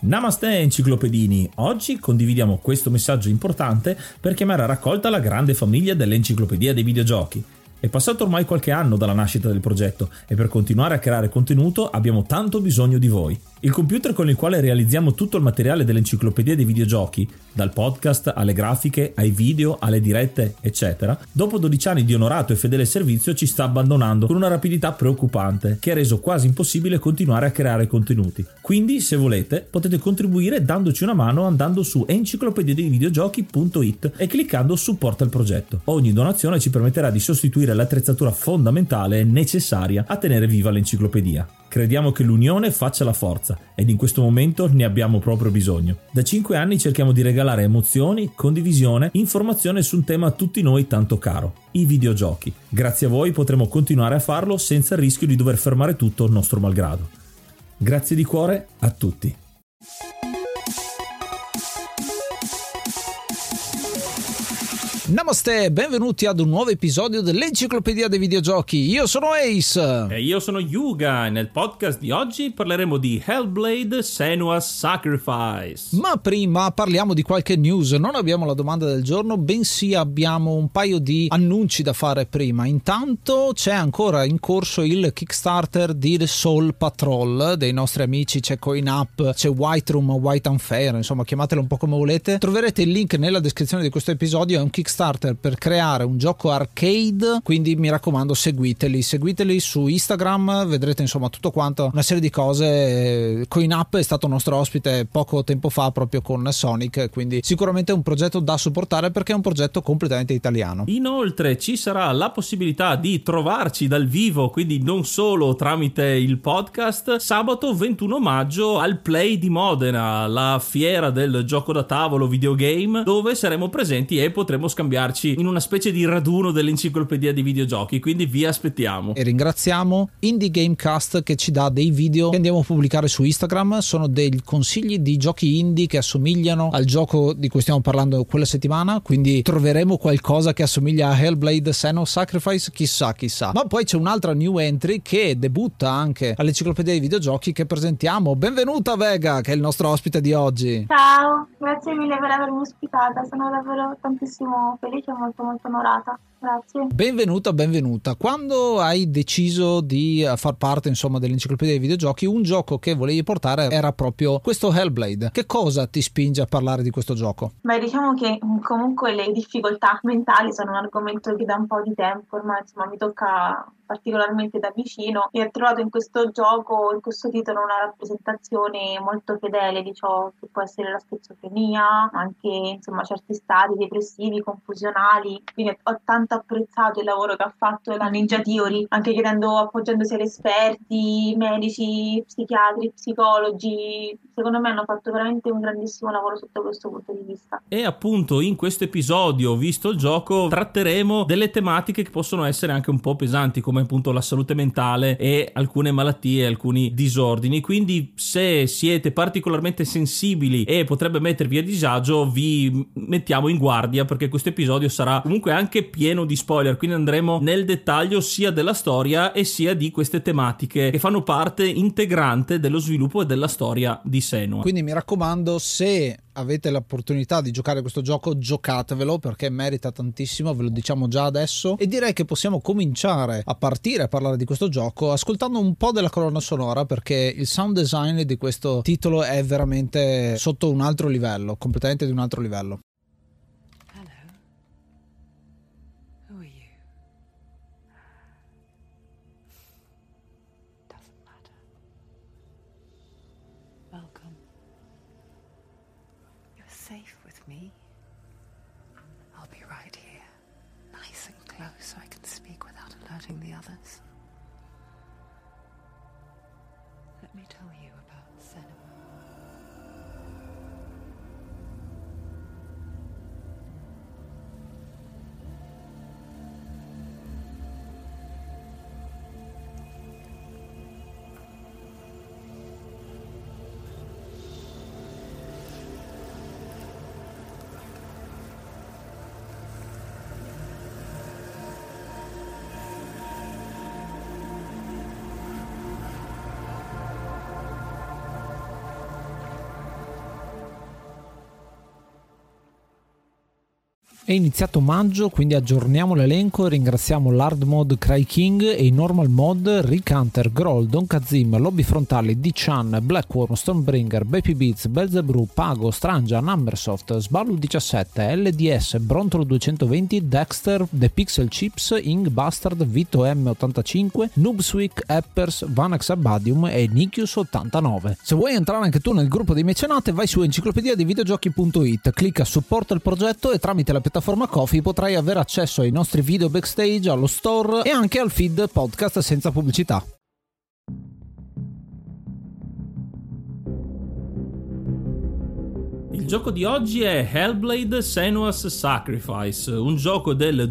Namaste enciclopedini, oggi condividiamo questo messaggio importante per chiamare a raccolta la grande famiglia dell'Enciclopedia dei Videogiochi. È passato ormai qualche anno dalla nascita del progetto e per continuare a creare contenuto abbiamo tanto bisogno di voi. Il computer con il quale realizziamo tutto il materiale dell'Enciclopedia dei Videogiochi, dal podcast alle grafiche, ai video, alle dirette, eccetera, dopo 12 anni di onorato e fedele servizio ci sta abbandonando con una rapidità preoccupante che ha reso quasi impossibile continuare a creare contenuti. Quindi, se volete, potete contribuire dandoci una mano andando su enciclopediadeivideogiochi.it e cliccando supporta il progetto. Ogni donazione ci permetterà di sostituire l'attrezzatura fondamentale e necessaria a tenere viva l'enciclopedia. Crediamo che l'unione faccia la forza ed in questo momento ne abbiamo proprio bisogno. Da 5 anni cerchiamo di regalare emozioni, condivisione, informazione su un tema a tutti noi tanto caro, i videogiochi. Grazie a voi potremo continuare a farlo senza il rischio di dover fermare tutto nostro malgrado. Grazie di cuore a tutti. Namaste, benvenuti ad un nuovo episodio dell'Enciclopedia dei Videogiochi. Io sono Ace. E io sono Yuga e nel podcast di oggi parleremo di Hellblade: Senua's Sacrifice. Ma prima parliamo di qualche news. Non abbiamo la domanda del giorno, bensì abbiamo un paio di annunci da fare prima. Intanto c'è ancora in corso il Kickstarter di The Soul Patrol dei nostri amici, c'è CoinUp, c'è Whiteroom, White Unfair, insomma chiamatelo un po' come volete. Troverete il link nella descrizione di questo episodio. È un Kickstarter per creare un gioco arcade, quindi mi raccomando seguiteli su Instagram, vedrete insomma tutto quanto, una serie di cose. CoinUp è stato nostro ospite poco tempo fa proprio con Sonic, quindi sicuramente è un progetto da supportare perché è un progetto completamente italiano. Inoltre ci sarà la possibilità di trovarci dal vivo, quindi non solo tramite il podcast, sabato 21 maggio al Play di Modena, la fiera del gioco da tavolo videogame, dove saremo presenti e potremo scambiarci in una specie di raduno dell'enciclopedia dei videogiochi, quindi vi aspettiamo. E ringraziamo Indie Gamecast che ci dà dei video che andiamo a pubblicare su Instagram. Sono dei consigli di giochi indie che assomigliano al gioco di cui stiamo parlando quella settimana, quindi troveremo qualcosa che assomiglia a Hellblade: Senua's Sacrifice, chissà. Ma poi c'è un'altra new entry che debutta anche all'Enciclopedia dei Videogiochi che presentiamo. Benvenuta Vega, che è il nostro ospite di oggi. Ciao, grazie mille per avermi ospitata, sono davvero tantissimo felice e molto onorata. Grazie. Benvenuta. Quando hai deciso di far parte insomma dell'Enciclopedia dei Videogiochi, un gioco che volevi portare era proprio questo Hellblade. Che cosa ti spinge a parlare di questo gioco? Beh, diciamo che comunque le difficoltà mentali sono un argomento che da un po' di tempo ormai insomma mi tocca particolarmente da vicino e ho trovato in questo gioco, in questo titolo, una rappresentazione molto fedele di ciò che può essere la schizofrenia, anche insomma certi stati depressivi, confusionali. Quindi ho tanto apprezzato il lavoro che ha fatto la Ninja Theory, anche appoggiandosi agli esperti, medici, psichiatri, psicologi. Secondo me hanno fatto veramente un grandissimo lavoro sotto questo punto di vista. E appunto in questo episodio, visto il gioco, tratteremo delle tematiche che possono essere anche un po' pesanti, come appunto la salute mentale e alcune malattie, alcuni disordini. Quindi se siete particolarmente sensibili e potrebbe mettervi a disagio, vi mettiamo in guardia, perché questo episodio sarà comunque anche pieno di spoiler, quindi andremo nel dettaglio sia della storia e sia di queste tematiche che fanno parte integrante dello sviluppo e della storia di Senua. Quindi mi raccomando, se avete l'opportunità di giocare questo gioco, giocatevelo perché merita tantissimo, ve lo diciamo già adesso. E direi che possiamo cominciare a partire a parlare di questo gioco ascoltando un po' della colonna sonora, perché il sound design di questo titolo è veramente sotto un altro livello, completamente di un altro livello. Safe with me. I'll be right here, nice and close, so I can speak without alerting the others. Let me tell you about Senua. È iniziato maggio, quindi aggiorniamo l'elenco e ringraziamo l'Hard Mode Cry King e i Normal Mode Rick Hunter, Groll, Don Kazim, Lobby Frontali, D-Chan, Blackworm, Stormbringer, Baby Beats, Belzebrew, Pago, Strangia, Numbersoft, Sballu 17, LDS, Brontolo 220, Dexter, The Pixel Chips, Ing Bastard, Vito M85, Noobswick, Eppers, Vanax Abadium e Nikius 89. Se vuoi entrare anche tu nel gruppo dei mecenate, vai su enciclopedia dei videogiochi.it, clicca supporta il progetto e tramite la piattaforma Ko-fi potrai avere accesso ai nostri video backstage, allo store e anche al feed podcast senza pubblicità. Il gioco di oggi è Hellblade: Senua's Sacrifice, un gioco del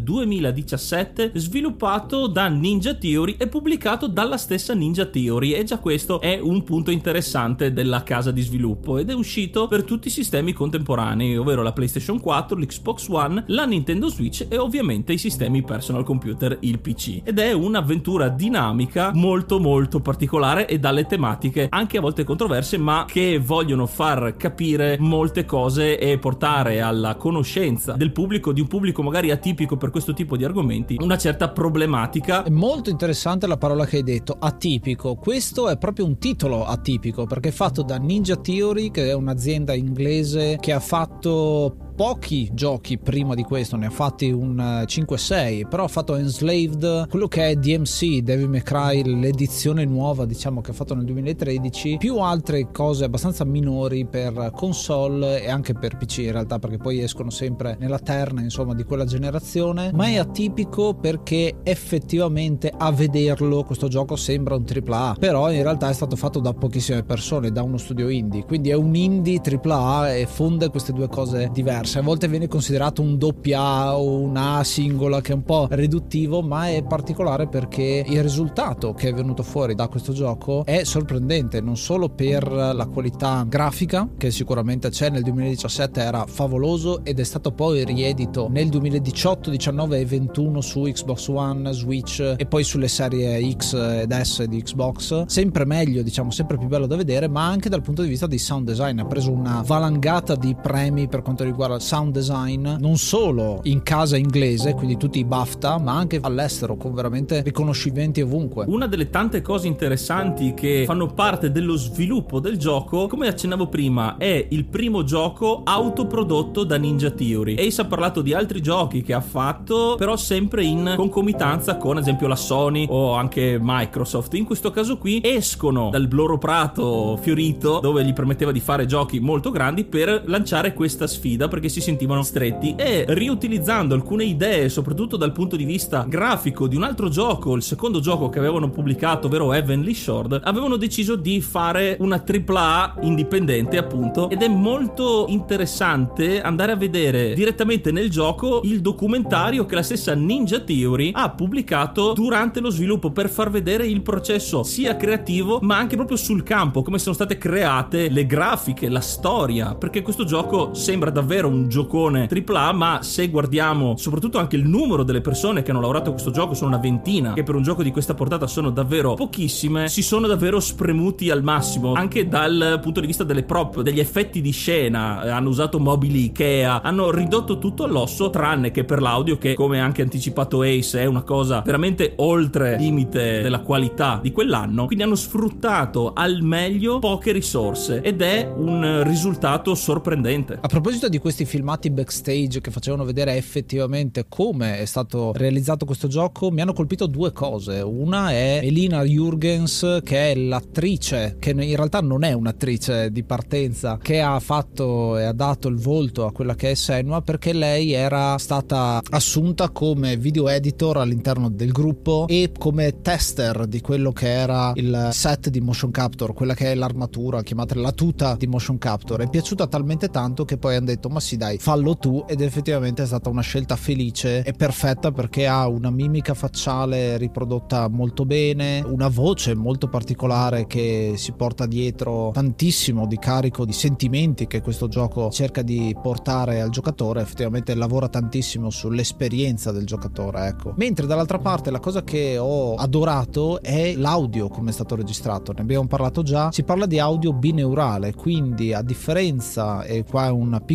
2017 sviluppato da Ninja Theory e pubblicato dalla stessa Ninja Theory, e già questo è un punto interessante della casa di sviluppo, ed è uscito per tutti i sistemi contemporanei, ovvero la PlayStation 4, l'Xbox One, la Nintendo Switch e ovviamente i sistemi personal computer, il PC, ed è un'avventura dinamica molto molto particolare e dalle tematiche anche a volte controverse, ma che vogliono far capire molte cose e portare alla conoscenza del pubblico, di un pubblico magari atipico per questo tipo di argomenti, una certa problematica. È molto interessante la parola che hai detto, atipico. Questo è proprio un titolo atipico perché è fatto da Ninja Theory, che è un'azienda inglese che ha fatto pochi giochi prima di questo, ne ha fatti un 5-6, però ha fatto Enslaved, quello che è DMC, Devil May Cry, l'edizione nuova diciamo che ha fatto nel 2013, più altre cose abbastanza minori per console e anche per PC in realtà, perché poi escono sempre nella terna insomma di quella generazione. Ma è atipico perché effettivamente a vederlo questo gioco sembra un AAA, però in realtà è stato fatto da pochissime persone, da uno studio indie, quindi è un indie AAA e fonde queste due cose diverse. A volte viene considerato un AA o un A singola, che è un po' riduttivo, ma è particolare perché il risultato che è venuto fuori da questo gioco è sorprendente, non solo per la qualità grafica che sicuramente c'è, nel 2017 era favoloso ed è stato poi riedito nel 2018, 19 e 21 su Xbox One, Switch e poi sulle serie X ed S di Xbox, sempre meglio diciamo, sempre più bello da vedere, ma anche dal punto di vista di sound design ha preso una valangata di premi per quanto riguarda il sound design, non solo in casa inglese, quindi tutti i BAFTA, ma anche all'estero con veramente riconoscimenti ovunque. Una delle tante cose interessanti che fanno parte dello sviluppo del gioco, come accennavo prima, è il primo gioco autoprodotto da Ninja Theory. Ace ha parlato di altri giochi che ha fatto, però sempre in concomitanza con ad esempio la Sony o anche Microsoft. In questo caso qui escono dal loro prato fiorito, dove gli permetteva di fare giochi molto grandi, per lanciare questa sfida, perché si sentivano stretti, e riutilizzando alcune idee soprattutto dal punto di vista grafico di un altro gioco, il secondo gioco che avevano pubblicato, ovvero Heavenly Sword, avevano deciso di fare una AAA indipendente appunto, ed è molto interessante andare a vedere direttamente nel gioco il documentario che la stessa Ninja Theory ha pubblicato durante lo sviluppo, per far vedere il processo sia creativo ma anche proprio sul campo, come sono state create le grafiche, la storia, perché questo gioco sembra davvero un giocone AAA, ma se guardiamo soprattutto anche il numero delle persone che hanno lavorato a questo gioco, sono una ventina, che per un gioco di questa portata sono davvero pochissime, si sono davvero spremuti al massimo, anche dal punto di vista delle prop, degli effetti di scena, hanno usato mobili Ikea, hanno ridotto tutto all'osso, tranne che per l'audio, che come anche anticipato Ace è una cosa veramente oltre il limite della qualità di quell'anno, quindi hanno sfruttato al meglio poche risorse ed è un risultato sorprendente. A proposito di questi filmati backstage che facevano vedere effettivamente come è stato realizzato questo gioco, mi hanno colpito due cose. Una è Elina Jurgens, che è l'attrice, che in realtà non è un'attrice di partenza, che ha fatto e ha dato il volto a quella che è Senua, perché lei era stata assunta come video editor all'interno del gruppo e come tester di quello che era il set di motion capture, quella che è l'armatura, chiamatela la tuta di motion capture. È piaciuta talmente tanto che poi hanno detto ma sì dai, fallo tu, ed effettivamente è stata una scelta felice e perfetta, perché ha una mimica facciale riprodotta molto bene, una voce molto particolare che si porta dietro tantissimo di carico di sentimenti che questo gioco cerca di portare al giocatore. Effettivamente lavora tantissimo sull'esperienza del giocatore, ecco. Mentre dall'altra parte la cosa che ho adorato è l'audio, come è stato registrato. Ne abbiamo parlato già, si parla di audio bineurale, quindi a differenza, e qua è un piccolo spiegamento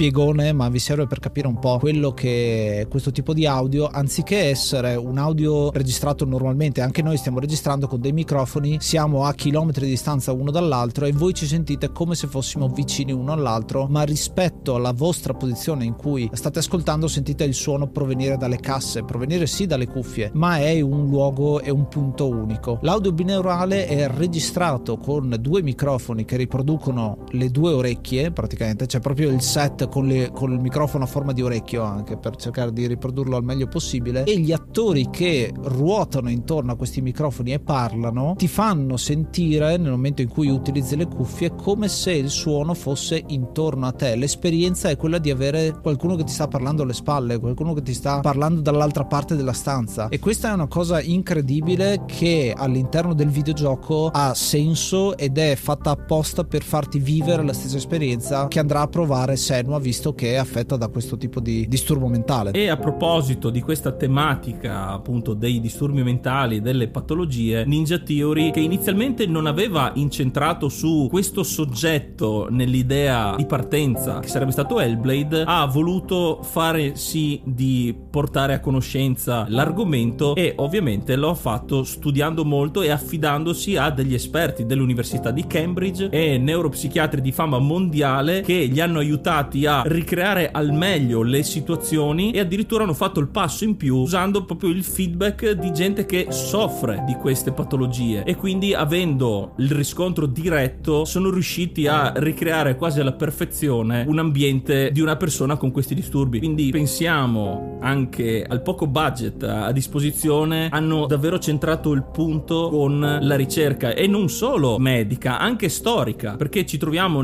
spiegone, ma vi serve per capire un po' quello che è questo tipo di audio. Anziché essere un audio registrato normalmente, anche noi stiamo registrando con dei microfoni, siamo a chilometri di distanza uno dall'altro e voi ci sentite come se fossimo vicini uno all'altro, ma rispetto alla vostra posizione in cui state ascoltando sentite il suono provenire dalle casse, provenire sì dalle cuffie, ma è un luogo e un punto unico. L'audio binaurale è registrato con due microfoni che riproducono le due orecchie, praticamente c'è proprio il set con il microfono a forma di orecchio, anche per cercare di riprodurlo al meglio possibile, e gli attori che ruotano intorno a questi microfoni e parlano ti fanno sentire, nel momento in cui utilizzi le cuffie, come se il suono fosse intorno a te. L'esperienza è quella di avere qualcuno che ti sta parlando alle spalle, qualcuno che ti sta parlando dall'altra parte della stanza, e questa è una cosa incredibile che all'interno del videogioco ha senso ed è fatta apposta per farti vivere la stessa esperienza che andrà a provare Senua, visto che è affetta da questo tipo di disturbo mentale. E a proposito di questa tematica appunto dei disturbi mentali, delle patologie, Ninja Theory, che inizialmente non aveva incentrato su questo soggetto nell'idea di partenza che sarebbe stato Hellblade, ha voluto fare sì di portare a conoscenza l'argomento, e ovviamente lo ha fatto studiando molto e affidandosi a degli esperti dell'Università di Cambridge e neuropsichiatri di fama mondiale che gli hanno aiutati a ricreare al meglio le situazioni, e addirittura hanno fatto il passo in più usando proprio il feedback di gente che soffre di queste patologie, e quindi avendo il riscontro diretto sono riusciti a ricreare quasi alla perfezione un ambiente di una persona con questi disturbi. Quindi pensiamo anche al poco budget a disposizione, hanno davvero centrato il punto con la ricerca, e non solo medica, anche storica, perché ci troviamo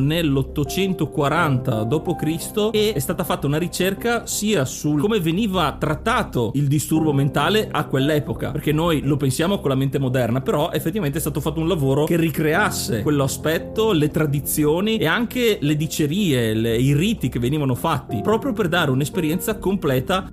nell'840 d.C. e è stata fatta una ricerca sia su come veniva trattato il disturbo mentale a quell'epoca, perché noi lo pensiamo con la mente moderna, però effettivamente è stato fatto un lavoro che ricreasse quello aspetto, le tradizioni e anche le dicerie, i riti che venivano fatti, proprio per dare un'esperienza completa.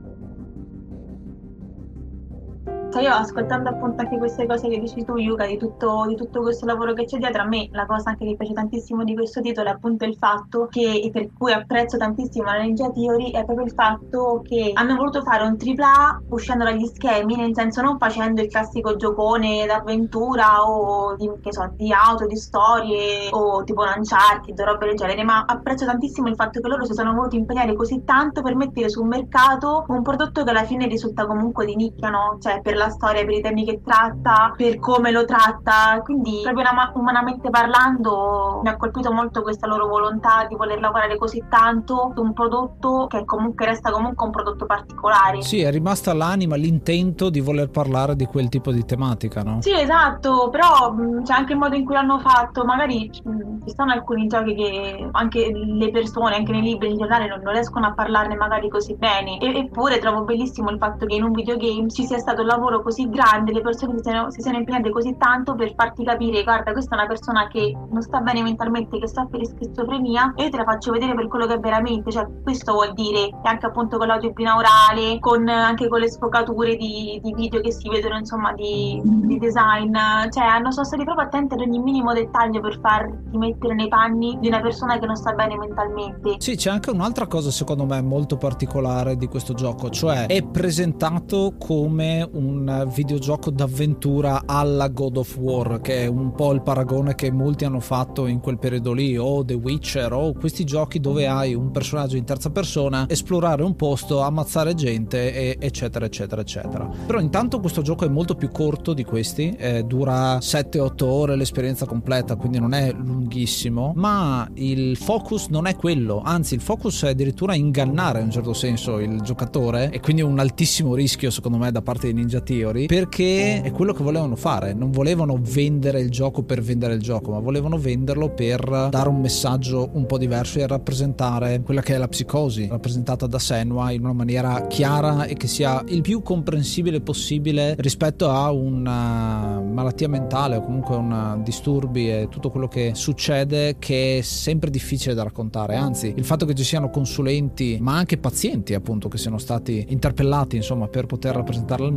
Io ascoltando appunto anche queste cose che dici tu, Yuka, di tutto questo lavoro che c'è dietro, a me la cosa anche che piace tantissimo di questo titolo è appunto il fatto che, e per cui apprezzo tantissimo la Ninja Theory, è proprio il fatto che hanno voluto fare un AAA uscendo dagli schemi, nel senso non facendo il classico giocone d'avventura o di auto, di storie o tipo un Uncharted o robe del genere, ma apprezzo tantissimo il fatto che loro si sono voluti impegnare così tanto per mettere sul mercato un prodotto che alla fine risulta comunque di nicchia, no? Cioè per la storia, per i temi che tratta, per come lo tratta, quindi proprio umanamente parlando mi ha colpito molto questa loro volontà di voler lavorare così tanto su un prodotto che comunque resta comunque un prodotto particolare. Sì, è rimasta l'anima, l'intento di voler parlare di quel tipo di tematica, no? Sì, esatto, però c'è anche il modo in cui l'hanno fatto, magari ci stanno alcuni giochi che anche le persone, anche nei libri in generale, non riescono a parlarne magari così bene, eppure trovo bellissimo il fatto che in un videogame ci sia stato un lavoro così grande, le persone si siano impegnate così tanto per farti capire, guarda, questa è una persona che non sta bene mentalmente, che soffre di schizofrenia, e io te la faccio vedere per quello che è veramente, cioè questo vuol dire, e anche appunto con l'audio binaurale, anche con le sfocature di video che si vedono, insomma, di design, cioè sono stati proprio attenti ad ogni minimo dettaglio per farti mettere nei panni di una persona che non sta bene mentalmente. Sì, c'è anche un'altra cosa secondo me molto particolare di questo gioco, cioè è presentato come un videogioco d'avventura alla God of War, che è un po' il paragone che molti hanno fatto in quel periodo lì, o The Witcher, o questi giochi dove hai un personaggio in terza persona, esplorare un posto, ammazzare gente, eccetera eccetera eccetera. Però intanto questo gioco è molto più corto di questi, dura 7-8 ore l'esperienza completa, quindi non è lunghissimo, ma il focus non è quello, anzi il focus è addirittura ingannare in un certo senso il giocatore, e quindi un altissimo rischio secondo me da parte di Ninja Theory, perché è quello che volevano fare, non volevano vendere il gioco per vendere il gioco, ma volevano venderlo per dare un messaggio un po' diverso e rappresentare quella che è la psicosi rappresentata da Senua in una maniera chiara e che sia il più comprensibile possibile rispetto a una malattia mentale o comunque un disturbi e tutto quello che succede, che è sempre difficile da raccontare. Anzi, il fatto che ci siano consulenti ma anche pazienti appunto che siano stati interpellati insomma per poter rappresentarlo al meglio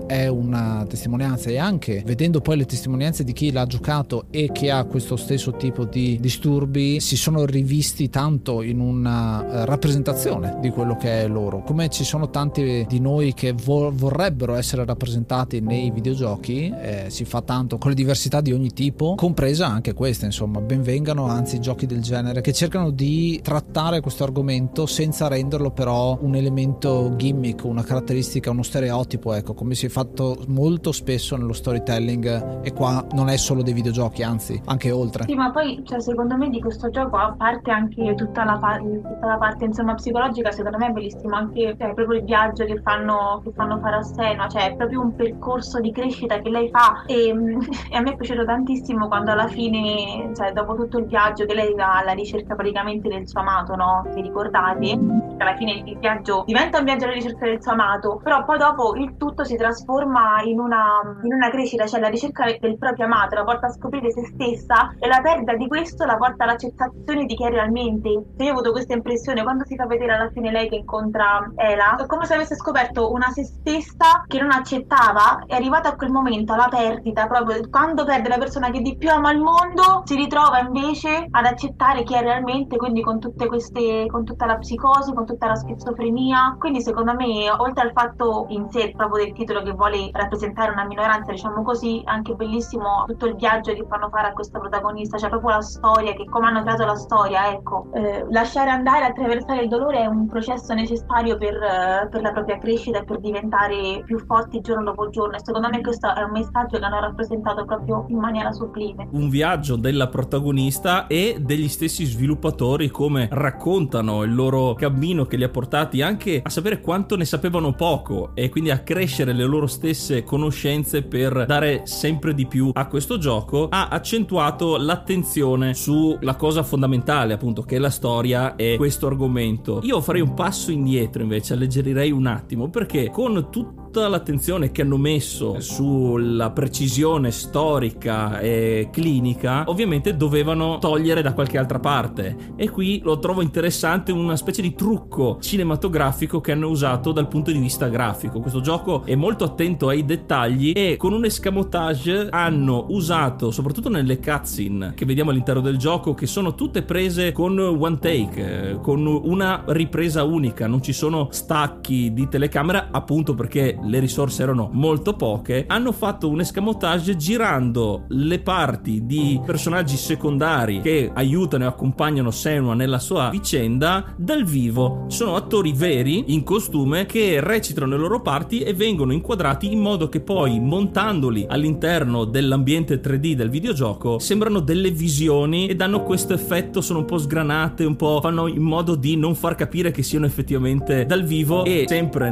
questo è una testimonianza, e anche vedendo poi le testimonianze di chi l'ha giocato e che ha questo stesso tipo di disturbi, si sono rivisti tanto in una rappresentazione di quello che è loro, come ci sono tanti di noi che vorrebbero essere rappresentati nei videogiochi. Si fa tanto con le diversità di ogni tipo, compresa anche questa, insomma. Benvengano anzi giochi del genere che cercano di trattare questo argomento senza renderlo però un elemento gimmick, una caratteristica, uno stereotipo, ecco, come si è fatto molto spesso nello storytelling, e qua non è solo dei videogiochi, anzi anche oltre. Sì, ma poi cioè, secondo me di questo gioco, a parte anche tutta la parte insomma psicologica, secondo me è bellissimo anche proprio il viaggio che fanno fare a Senua, cioè è proprio un percorso di crescita che lei fa, e a me è piaciuto tantissimo quando alla fine, cioè dopo tutto il viaggio che lei va alla ricerca praticamente del suo amato, no? Se ricordate, alla fine il viaggio diventa un viaggio alla ricerca del suo amato, però poi dopo il tutto si trasforma in una crescita, cioè la ricerca del proprio amato la porta a scoprire se stessa, e la perdita di questo la porta all'accettazione di chi è realmente. Io ho avuto questa impressione quando si fa vedere alla fine lei che incontra Ela, è come se avesse scoperto una se stessa che non accettava. È arrivata a quel momento, alla perdita, proprio quando perde la persona che di più ama al mondo, si ritrova invece ad accettare chi è realmente, quindi con tutta la psicosi, con tutta la schizofrenia. Quindi secondo me, oltre al fatto in sé proprio del titolo che vuole rappresentare una minoranza, diciamo così, anche bellissimo tutto il viaggio che fanno fare a questa protagonista, cioè proprio la storia, che come hanno creato la storia, ecco. Lasciare andare, attraversare il dolore è un processo necessario per la propria crescita e per diventare più forti giorno dopo giorno, e secondo me questo è un messaggio che hanno rappresentato proprio in maniera sublime. Un viaggio della protagonista e degli stessi sviluppatori, come raccontano il loro cammino che li ha portati anche a sapere quanto ne sapevano poco e quindi a crescere le loro stesse conoscenze per dare sempre di più a questo gioco. Ha accentuato l'attenzione sulla cosa fondamentale, appunto, che è la storia e questo argomento. Io farei un passo indietro invece, alleggerirei un attimo, perché con tutta l'attenzione che hanno messo sulla precisione storica e clinica, ovviamente dovevano togliere da qualche altra parte, e qui lo trovo interessante una specie di trucco cinematografico che hanno usato dal punto di vista grafico. Questo gioco è molto attento ai dettagli e con un escamotage hanno usato, soprattutto nelle cutscene che vediamo all'interno del gioco, che sono tutte prese con one take, con una ripresa unica, non ci sono stacchi di telecamera, appunto perché le risorse erano molto poche. Hanno fatto un escamotage girando le parti di personaggi secondari che aiutano e accompagnano Senua nella sua vicenda dal vivo. Sono attori veri in costume che recitano le loro parti e vengono inquadrati in modo che poi, montandoli all'interno dell'ambiente 3D del videogioco, sembrano delle visioni e danno questo effetto, sono un po' sgranate, un po' fanno in modo di non far capire che siano effettivamente dal vivo. E sempre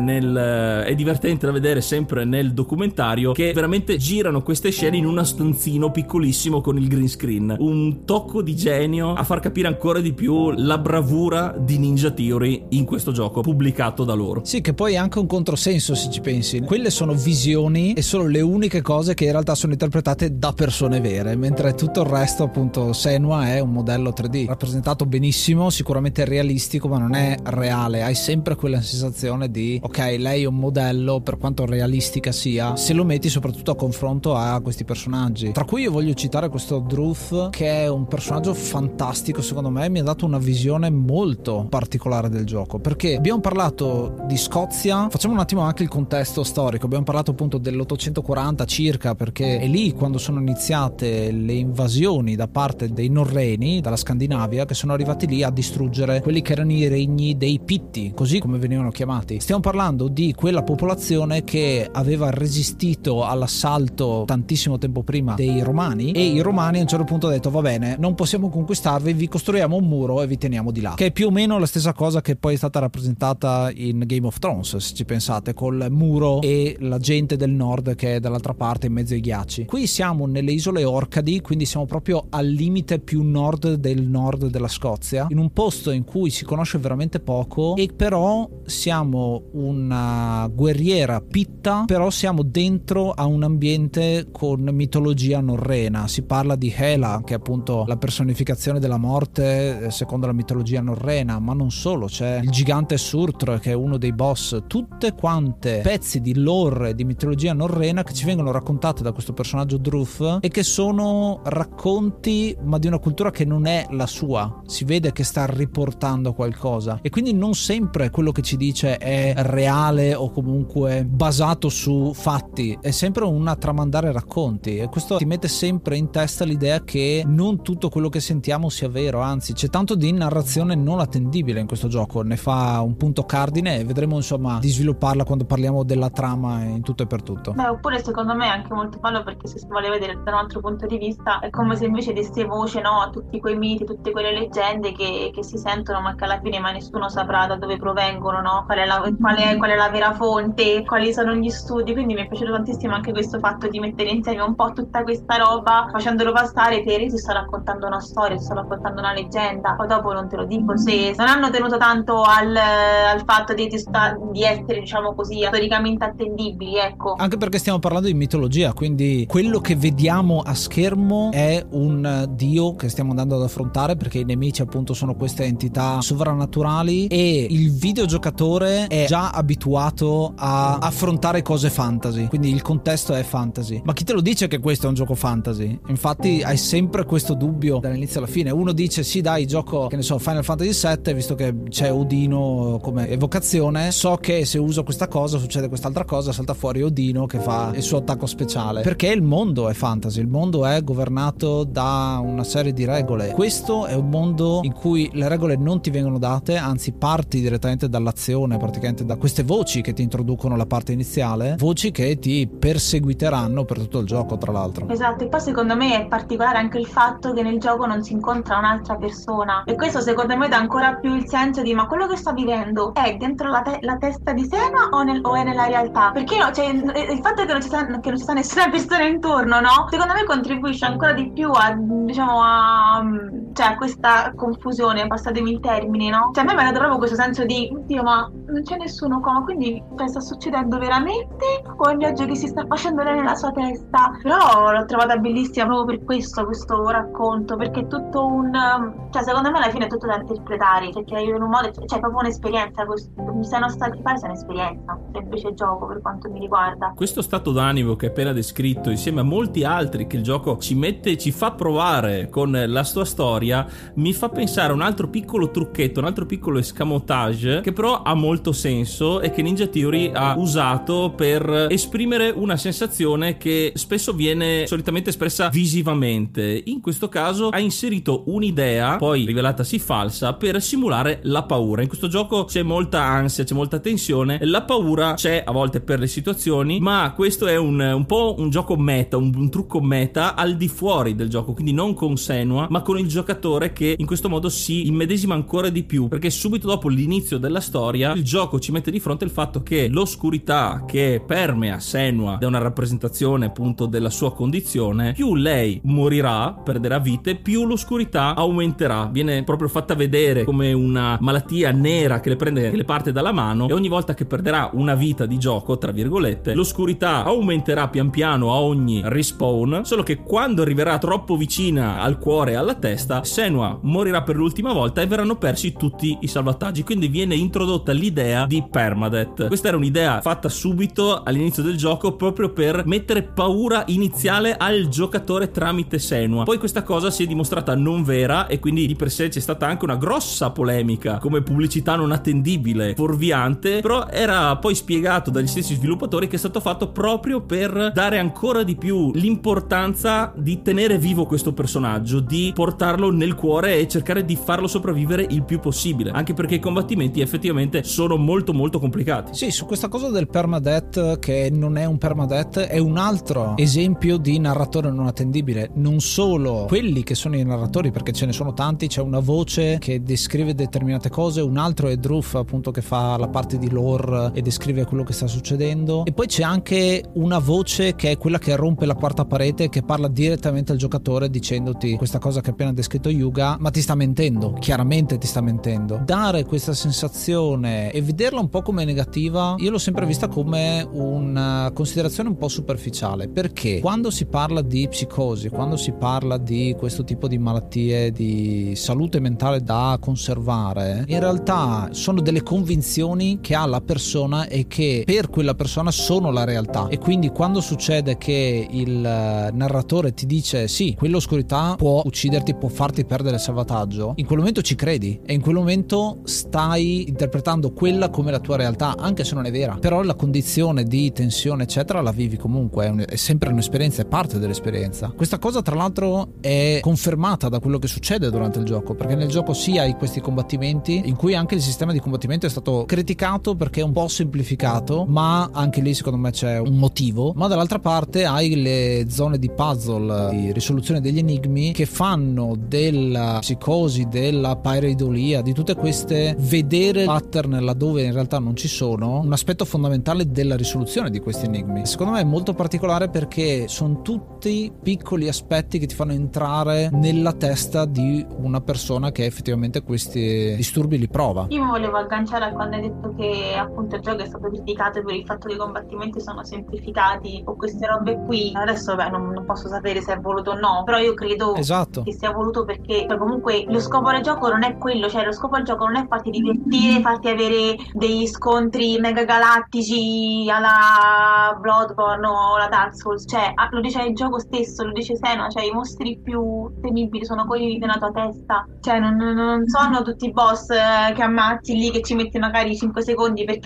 è divertente da vedere, sempre nel documentario, che veramente girano queste scene in uno stanzino piccolissimo con il green screen. Un tocco di genio a far capire ancora di più la bravura di Ninja Theory in questo gioco pubblicato da loro. Sì, che poi è anche un controsenso se ci pensi. Quelle sono visioni e sono le uniche cose che in realtà sono interpretate da persone vere, mentre tutto il resto, appunto, Senua è un modello 3D rappresentato benissimo, sicuramente realistico, ma non è reale. Hai sempre quella sensazione di ok, lei è un modello, per quanto realistica sia, se lo metti soprattutto a confronto a questi personaggi, tra cui io voglio citare questo Druth, che è un personaggio fantastico. Secondo me mi ha dato una visione molto particolare del gioco, perché abbiamo parlato di Scozia, facciamo un attimo anche il contesto storico. Abbiamo parlato appunto dell'840 circa, perché è lì quando sono iniziate le invasioni da parte dei norreni dalla Scandinavia, che sono arrivati lì a distruggere quelli che erano i regni dei Pitti, così come venivano chiamati. Stiamo parlando di quella popolazione che aveva resistito all'assalto tantissimo tempo prima dei Romani, e i Romani a un certo punto hanno detto va bene, non possiamo conquistarvi, vi costruiamo un muro e vi teniamo di là, che è più o meno la stessa cosa che poi è stata rappresentata in Game of Thrones, se ci pensate, col muro e la gente del nord che è dall'altra parte in mezzo ai ghiacci. Qui siamo nelle isole Orcadi, quindi siamo proprio al limite più nord del nord della Scozia, in un posto in cui si conosce veramente poco, e però siamo una guerriera era Pitta, però siamo dentro a un ambiente con mitologia norrena. Si parla di Hela, che è appunto la personificazione della morte secondo la mitologia norrena, ma non solo, c'è il gigante Surtr che è uno dei boss. Tutte quante pezzi di lore di mitologia norrena che ci vengono raccontate da questo personaggio Druth e che sono racconti ma di una cultura che non è la sua. Si vede che sta riportando qualcosa e quindi non sempre quello che ci dice è reale o comunque basato su fatti, è sempre una tramandare racconti, e questo ti mette sempre in testa l'idea che non tutto quello che sentiamo sia vero, anzi c'è tanto di narrazione non attendibile in questo gioco, ne fa un punto cardine e vedremo insomma di svilupparla quando parliamo della trama in tutto e per tutto. Beh, oppure secondo me è anche molto bello perché se si vuole vedere da un altro punto di vista è come se invece desse voce, no, a tutti quei miti, tutte quelle leggende che si sentono ma che alla fine mai nessuno saprà da dove provengono, no? Qual è la vera fonte, quali sono gli studi. Quindi mi è piaciuto tantissimo anche questo fatto di mettere insieme un po' tutta questa roba facendolo passare per io ti sto raccontando una storia, ti sto raccontando una leggenda, poi dopo non te lo dico se non hanno tenuto tanto al fatto di essere, diciamo così, storicamente attendibili, ecco. Anche perché stiamo parlando di mitologia, quindi quello che vediamo a schermo è un dio che stiamo andando ad affrontare, perché i nemici appunto sono queste entità sovrannaturali e il videogiocatore è già abituato a affrontare cose fantasy, quindi il contesto è fantasy. Ma chi te lo dice che questo è un gioco fantasy? Infatti hai sempre questo dubbio dall'inizio alla fine. Uno dice sì dai, gioco, che ne so, Final Fantasy VII, visto che c'è Odino come evocazione, so che se uso questa cosa succede quest'altra cosa, salta fuori Odino che fa il suo attacco speciale, perché il mondo è fantasy, il mondo è governato da una serie di regole. Questo è un mondo in cui le regole non ti vengono date, anzi parti direttamente dall'azione, praticamente da queste voci che ti introducono la parte iniziale, voci che ti perseguiteranno per tutto il gioco, tra l'altro. Esatto, e poi secondo me è particolare anche il fatto che nel gioco non si incontra un'altra persona, e questo secondo me dà ancora più il senso di ma quello che sta vivendo è dentro la testa di Senua o è nella realtà? Perché no, cioè, il fatto che non ci sta nessuna persona intorno, no? Secondo me contribuisce ancora di più a, diciamo, cioè, a questa confusione, passatemi il termine, no? Cioè a me mi ha dato proprio questo senso di oddio, ma non c'è nessuno qua, quindi sta succedendo veramente o è un viaggio che si sta facendo lei nella sua testa? Però l'ho trovata bellissima proprio per questo racconto, perché è tutto cioè secondo me alla fine è tutto da interpretare, perché io in un modo, cioè proprio un'esperienza, se non sta di fare è un'esperienza, semplice gioco per quanto mi riguarda. Questo stato d'animo che hai appena descritto, insieme a molti altri che il gioco ci fa provare con la sua storia, mi fa pensare a un altro piccolo trucchetto, un altro piccolo escamotage che però ha molto senso e che Ninja Theory ha usato per esprimere una sensazione che spesso viene solitamente espressa visivamente. In questo caso ha inserito un'idea, poi rivelatasi falsa, per simulare la paura. In questo gioco c'è molta ansia, c'è molta tensione, la paura c'è a volte per le situazioni, ma questo è un po' un gioco meta, un trucco meta al di fuori del gioco, quindi non con Senua ma con il giocatore, che in questo modo si immedesima ancora di più, perché subito dopo l'inizio della storia il gioco ci mette di fronte il fatto che l'oscurità che permea Senua è una rappresentazione appunto della sua condizione. Più lei morirà, perderà vite, più l'oscurità aumenterà, viene proprio fatta vedere come una malattia nera che le parte dalla mano, e ogni volta che perderà una vita di gioco, tra virgolette, l'oscurità aumenterà pian piano a ogni respawn, solo che quando arriverà troppo vicina al cuore e alla testa, Senua morirà per l'ultima volta e verranno persi tutti i salvataggi. Quindi viene introdotta l'idea di permadeath. Questa era un'idea fatta subito all'inizio del gioco proprio per mettere paura iniziale al giocatore tramite Senua. Poi questa cosa si è dimostrata non vera e quindi di per sé c'è stata anche una grossa polemica come pubblicità non attendibile, fuorviante, però era poi spiegato dagli stessi sviluppatori che è stato fatto proprio per dare ancora di più l'importanza di tenere vivo questo personaggio, di portarlo nel cuore e cercare di farlo sopravvivere il più possibile, anche perché i combattimenti effettivamente sono molto molto complicati. Sì, su questa cosa del permadeath, che non è un permadeath, è un altro esempio di narratore non attendibile. Non solo quelli che sono i narratori, perché ce ne sono tanti, c'è una voce che descrive determinate cose, un altro è Druth appunto che fa la parte di lore e descrive quello che sta succedendo, e poi c'è anche una voce che è quella che rompe la quarta parete, che parla direttamente al giocatore dicendoti questa cosa che ha appena descritto Yuga, ma ti sta mentendo, chiaramente ti sta mentendo. Dare questa sensazione e vederla un po' come negativa, io l'ho sempre vista come una considerazione un po' superficiale, perché quando si parla di psicosi, quando si parla di questo tipo di malattie di salute mentale da conservare, in realtà sono delle convinzioni che ha la persona e che per quella persona sono la realtà, e quindi quando succede che il narratore ti dice sì, quell'oscurità può ucciderti, può farti perdere il salvataggio, in quel momento ci credi e in quel momento stai interpretando quella come la tua realtà, anche se non è vera, però la condizione di tensione eccetera la vivi comunque, è sempre un'esperienza, è parte dell'esperienza. Questa cosa tra l'altro è confermata da quello che succede durante il gioco, perché nel gioco sì hai questi combattimenti in cui anche il sistema di combattimento è stato criticato perché è un po' semplificato, ma anche lì secondo me c'è un motivo, ma dall'altra parte hai le zone di puzzle, di risoluzione degli enigmi, che fanno della psicosi, della pareidolia, di tutte queste vedere pattern laddove in realtà non ci sono, un aspetto fondamentale della risoluzione di questi enigmi. Secondo me è molto particolare perché sono tutti piccoli aspetti che ti fanno entrare nella testa di una persona che effettivamente questi disturbi li prova. Io mi volevo agganciare a quando hai detto che appunto il gioco è stato criticato per il fatto che i combattimenti sono semplificati o queste robe qui. Adesso non posso sapere se è voluto o no, però io credo che sia voluto perché comunque lo scopo del gioco non è quello, cioè lo scopo del gioco non è farti divertire, farti avere degli scontri mega galattici alla Bloodborne o alla Dark Souls, cioè lo dice il gioco stesso, lo dice Senua, cioè i mostri più temibili sono quelli nella tua testa, cioè non sono tutti i boss che ammazzi lì, che ci metti magari 5 secondi perché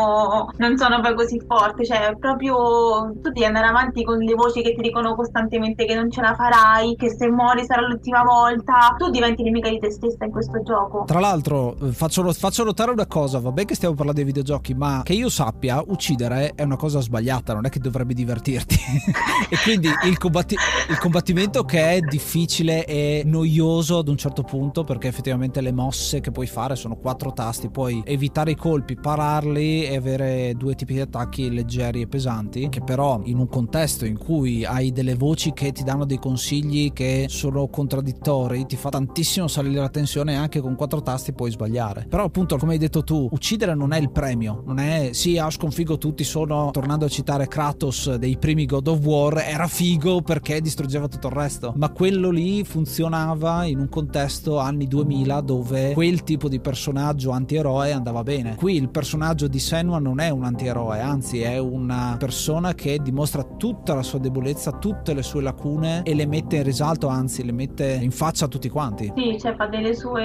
non sono poi così forti, cioè proprio tu devi andare avanti con le voci che ti dicono costantemente che non ce la farai, che se muori sarà l'ultima volta, tu diventi nemica di te stessa in questo gioco. Tra l'altro faccio notare una cosa, vabbè che stiamo parlando dei videogiochi, ma che io sappia uccidere è una cosa sbagliata, non è che dovrebbe divertirti e quindi il combattimento che è difficile e noioso ad un certo punto, perché effettivamente le mosse che puoi fare sono 4 tasti, puoi evitare i colpi, pararli e avere 2 tipi di attacchi leggeri e pesanti, che però in un contesto in cui hai delle voci che ti danno dei consigli che sono contraddittori ti fa tantissimo salire la tensione, e anche con 4 tasti puoi sbagliare. Però appunto, come hai detto tu, uccidere non è il premio, non è sì, sconfiggo tutti, sono, tornando a citare Kratos dei primi God of War, era figo perché distruggeva tutto il resto, ma quello lì funzionava in un contesto anni 2000 dove quel tipo di personaggio antieroe andava bene. Qui il personaggio di Senua non è un antieroe, anzi è una persona che dimostra tutta la sua debolezza, tutte le sue lacune e le mette in risalto, anzi le mette in faccia a tutti quanti. Sì, cioè fa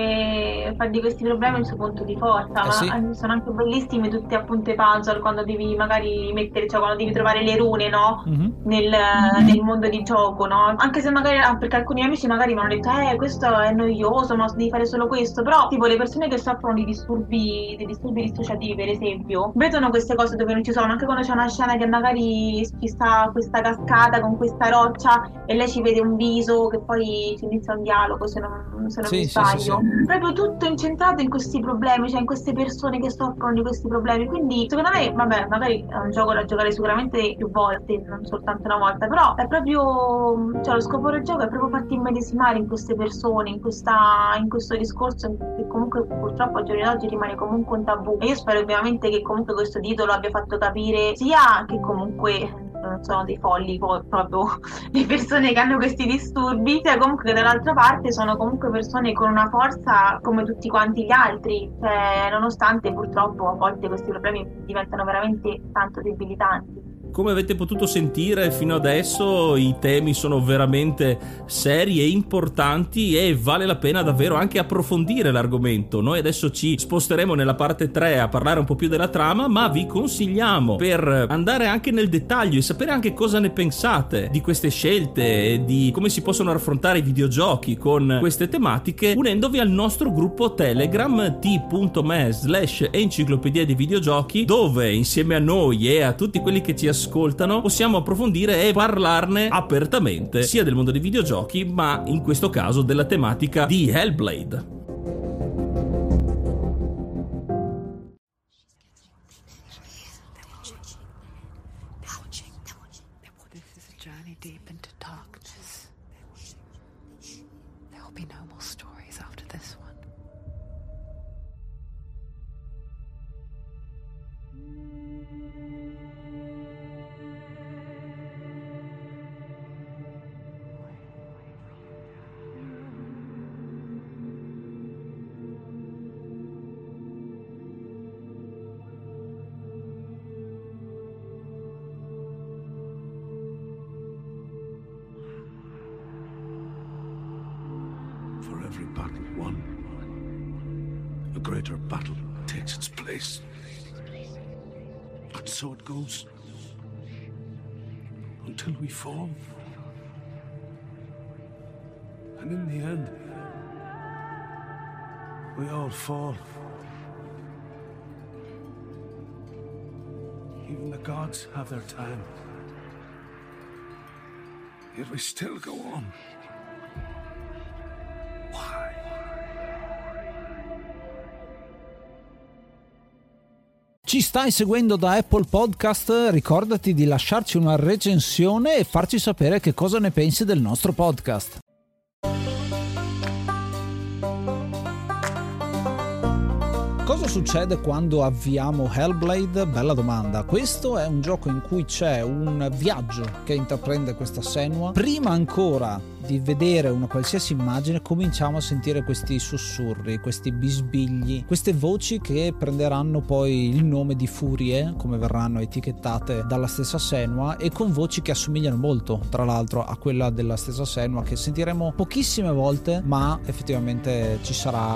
di questi problemi il suo punto di forza, ma sì. Sono anche bellissimi tutti appunto i puzzle quando devi magari mettere, cioè quando devi trovare le rune, no? Nel mondo di gioco, no? Anche se magari, perché alcuni amici magari mi hanno detto questo è noioso, ma devi fare solo questo, però tipo le persone che soffrono di disturbi dissociativi per esempio, vedono queste cose dove non ci sono, anche quando c'è una scena che magari ci sta questa cascata con questa roccia e lei ci vede un viso che poi ci inizia un dialogo, se non mi sbaglio. Sì. Proprio tutto incentrato in questi problemi, cioè in queste persone che soffrono di questi problemi, quindi secondo me, vabbè, magari è un gioco da giocare sicuramente più volte, non soltanto una volta, però è proprio, cioè lo scopo del gioco è proprio farti immedesimare in queste persone, in questo discorso che comunque purtroppo a giorni d'oggi rimane comunque un tabù, e io spero ovviamente che comunque questo titolo abbia fatto capire sia che comunque non sono dei folli proprio le persone che hanno questi disturbi, sia comunque che dall'altra parte sono comunque persone con una forza come tutti quanti gli altri, cioè nonostante purtroppo a volte questi problemi diventano veramente tanto debilitanti. Come avete potuto sentire fino adesso, i temi sono veramente seri e importanti e vale la pena davvero anche approfondire l'argomento. Noi adesso ci sposteremo nella parte 3 a parlare un po' più della trama, ma vi consigliamo, per andare anche nel dettaglio e sapere anche cosa ne pensate di queste scelte e di come si possono affrontare i videogiochi con queste tematiche, unendovi al nostro gruppo Telegram t.me/enciclopedia di videogiochi, dove insieme a noi e a tutti quelli che ci ascoltano possiamo approfondire e parlarne apertamente sia del mondo dei videogiochi, ma in questo caso della tematica di Hellblade. This is a journey deep into darkness. There will be no more stories after this one. a greater battle takes its place. And so it goes. Until we fall. And in the end, we all fall. Even the gods have their time. Yet we still go on. Why? Ci stai seguendo da Apple Podcast? Ricordati di lasciarci una recensione e farci sapere che cosa ne pensi del nostro podcast. Cosa succede quando avviamo Hellblade? Bella domanda. Questo è un gioco in cui c'è un viaggio che intraprende questa Senua. Prima ancora di vedere una qualsiasi immagine cominciamo a sentire questi sussurri, questi bisbigli, queste voci che prenderanno poi il nome di furie, come verranno etichettate dalla stessa Senua, e con voci che assomigliano molto tra l'altro a quella della stessa Senua, che sentiremo pochissime volte, ma effettivamente ci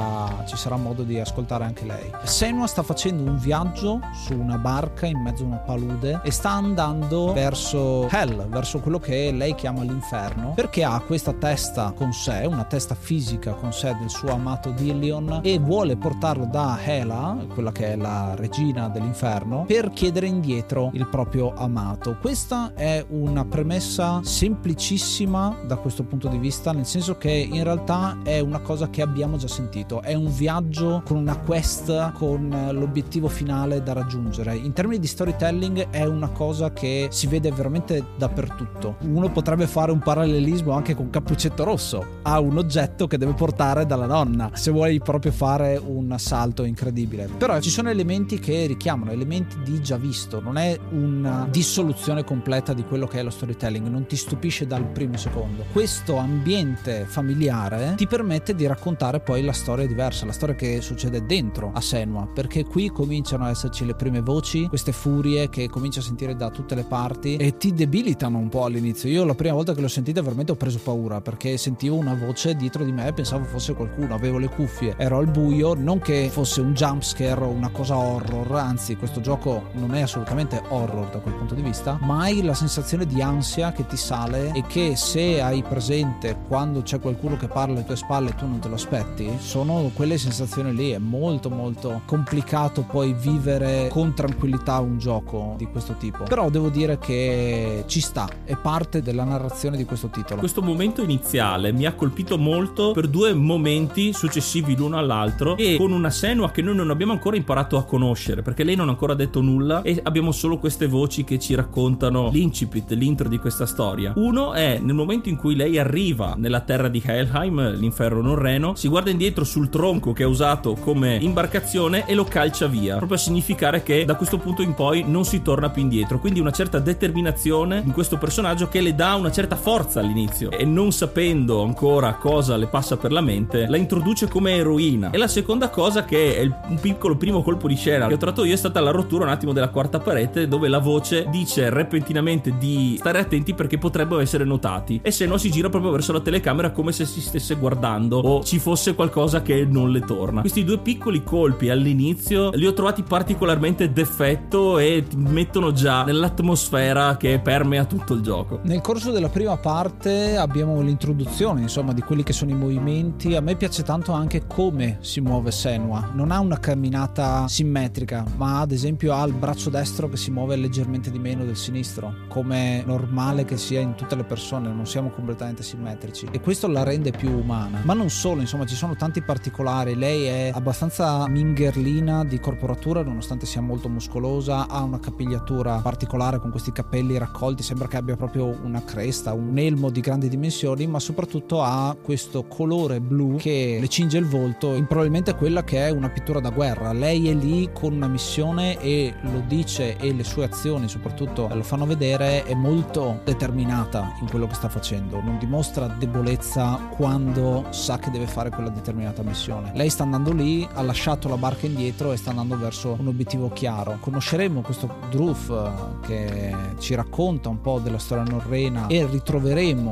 sarà modo di ascoltare anche lei. Senua sta facendo un viaggio su una barca in mezzo a una palude e sta andando verso Hell, verso quello che lei chiama l'inferno, perché ha questa testa con sé, una testa fisica con sé del suo amato Dillion, e vuole portarlo da Hela, quella che è la regina dell'inferno, per chiedere indietro il proprio amato. Questa è una premessa semplicissima da questo punto di vista, nel senso che in realtà è una cosa che abbiamo già sentito, è un viaggio con una quest, con l'obiettivo finale da raggiungere. In termini di storytelling è una cosa che si vede veramente dappertutto. Uno potrebbe fare un parallelismo anche con Cappuccetto Rosso, ha un oggetto che deve portare dalla nonna, se vuoi proprio fare un salto incredibile. Però ci sono elementi che richiamano elementi di già visto, non è una dissoluzione completa di quello che è lo storytelling, non ti stupisce dal primo secondo. Questo ambiente familiare ti permette di raccontare poi la storia diversa, la storia che succede dentro a Senua, perché qui cominciano ad esserci le prime voci, queste furie che cominci a sentire da tutte le parti e ti debilitano un po' all'inizio. Io la prima volta che l'ho sentita veramente ho preso paura, perché sentivo una voce dietro di me e pensavo fosse qualcuno, avevo le cuffie, ero al buio, non che fosse un jumpscare o una cosa horror, anzi questo gioco non è assolutamente horror da quel punto di vista, ma hai la sensazione di ansia che ti sale e che, se hai presente quando c'è qualcuno che parla alle tue spalle e tu non te lo aspetti, sono quelle sensazioni lì. È molto molto complicato poi vivere con tranquillità un gioco di questo tipo, però devo dire che ci sta, è parte della narrazione di questo titolo. Questo momento iniziale mi ha colpito molto per due momenti successivi l'uno all'altro, e con una Senua che noi non abbiamo ancora imparato a conoscere, perché lei non ha ancora detto nulla e abbiamo solo queste voci che ci raccontano l'incipit, l'intro di questa storia. Uno è nel momento in cui lei arriva nella terra di Helheim, l'inferno norreno, si guarda indietro sul tronco che ha usato come imbarcazione e lo calcia via, proprio a significare che da questo punto in poi non si torna più indietro. Quindi una certa determinazione in questo personaggio che le dà una certa forza all'inizio, e non sapendo ancora cosa le passa per la mente la introduce come eroina. E la seconda cosa, che è un piccolo primo colpo di scena che ho trovato io, è stata la rottura un attimo della quarta parete, dove la voce dice repentinamente di stare attenti perché potrebbero essere notati, e se no si gira proprio verso la telecamera come se si stesse guardando o ci fosse qualcosa che non le torna. Questi due piccoli colpi all'inizio li ho trovati particolarmente d'effetto e ti mettono già nell'atmosfera che permea tutto il gioco. Nel corso della prima parte abbiamo l'introduzione, insomma, di quelli che sono i movimenti. A me piace tanto anche come si muove Senua, non ha una camminata simmetrica, ma ad esempio ha il braccio destro che si muove leggermente di meno del sinistro, come normale che sia in tutte le persone, non siamo completamente simmetrici, e questo la rende più umana. Ma non solo, insomma, ci sono tanti particolari. Lei è abbastanza mingherlina di corporatura, nonostante sia molto muscolosa, ha una capigliatura particolare con questi capelli raccolti, sembra che abbia proprio una cresta, un elmo di grandi dimensioni, ma soprattutto ha questo colore blu che le cinge il volto, probabilmente quella che è una pittura da guerra. Lei è lì con una missione e lo dice, e le sue azioni soprattutto lo fanno vedere, è molto determinata in quello che sta facendo, non dimostra debolezza quando sa che deve fare quella determinata missione. Lei sta andando lì, ha lasciato la barca indietro e sta andando verso un obiettivo chiaro. Conosceremo questo Druf che ci racconta un po' della storia norrena e ritroveremo quelle che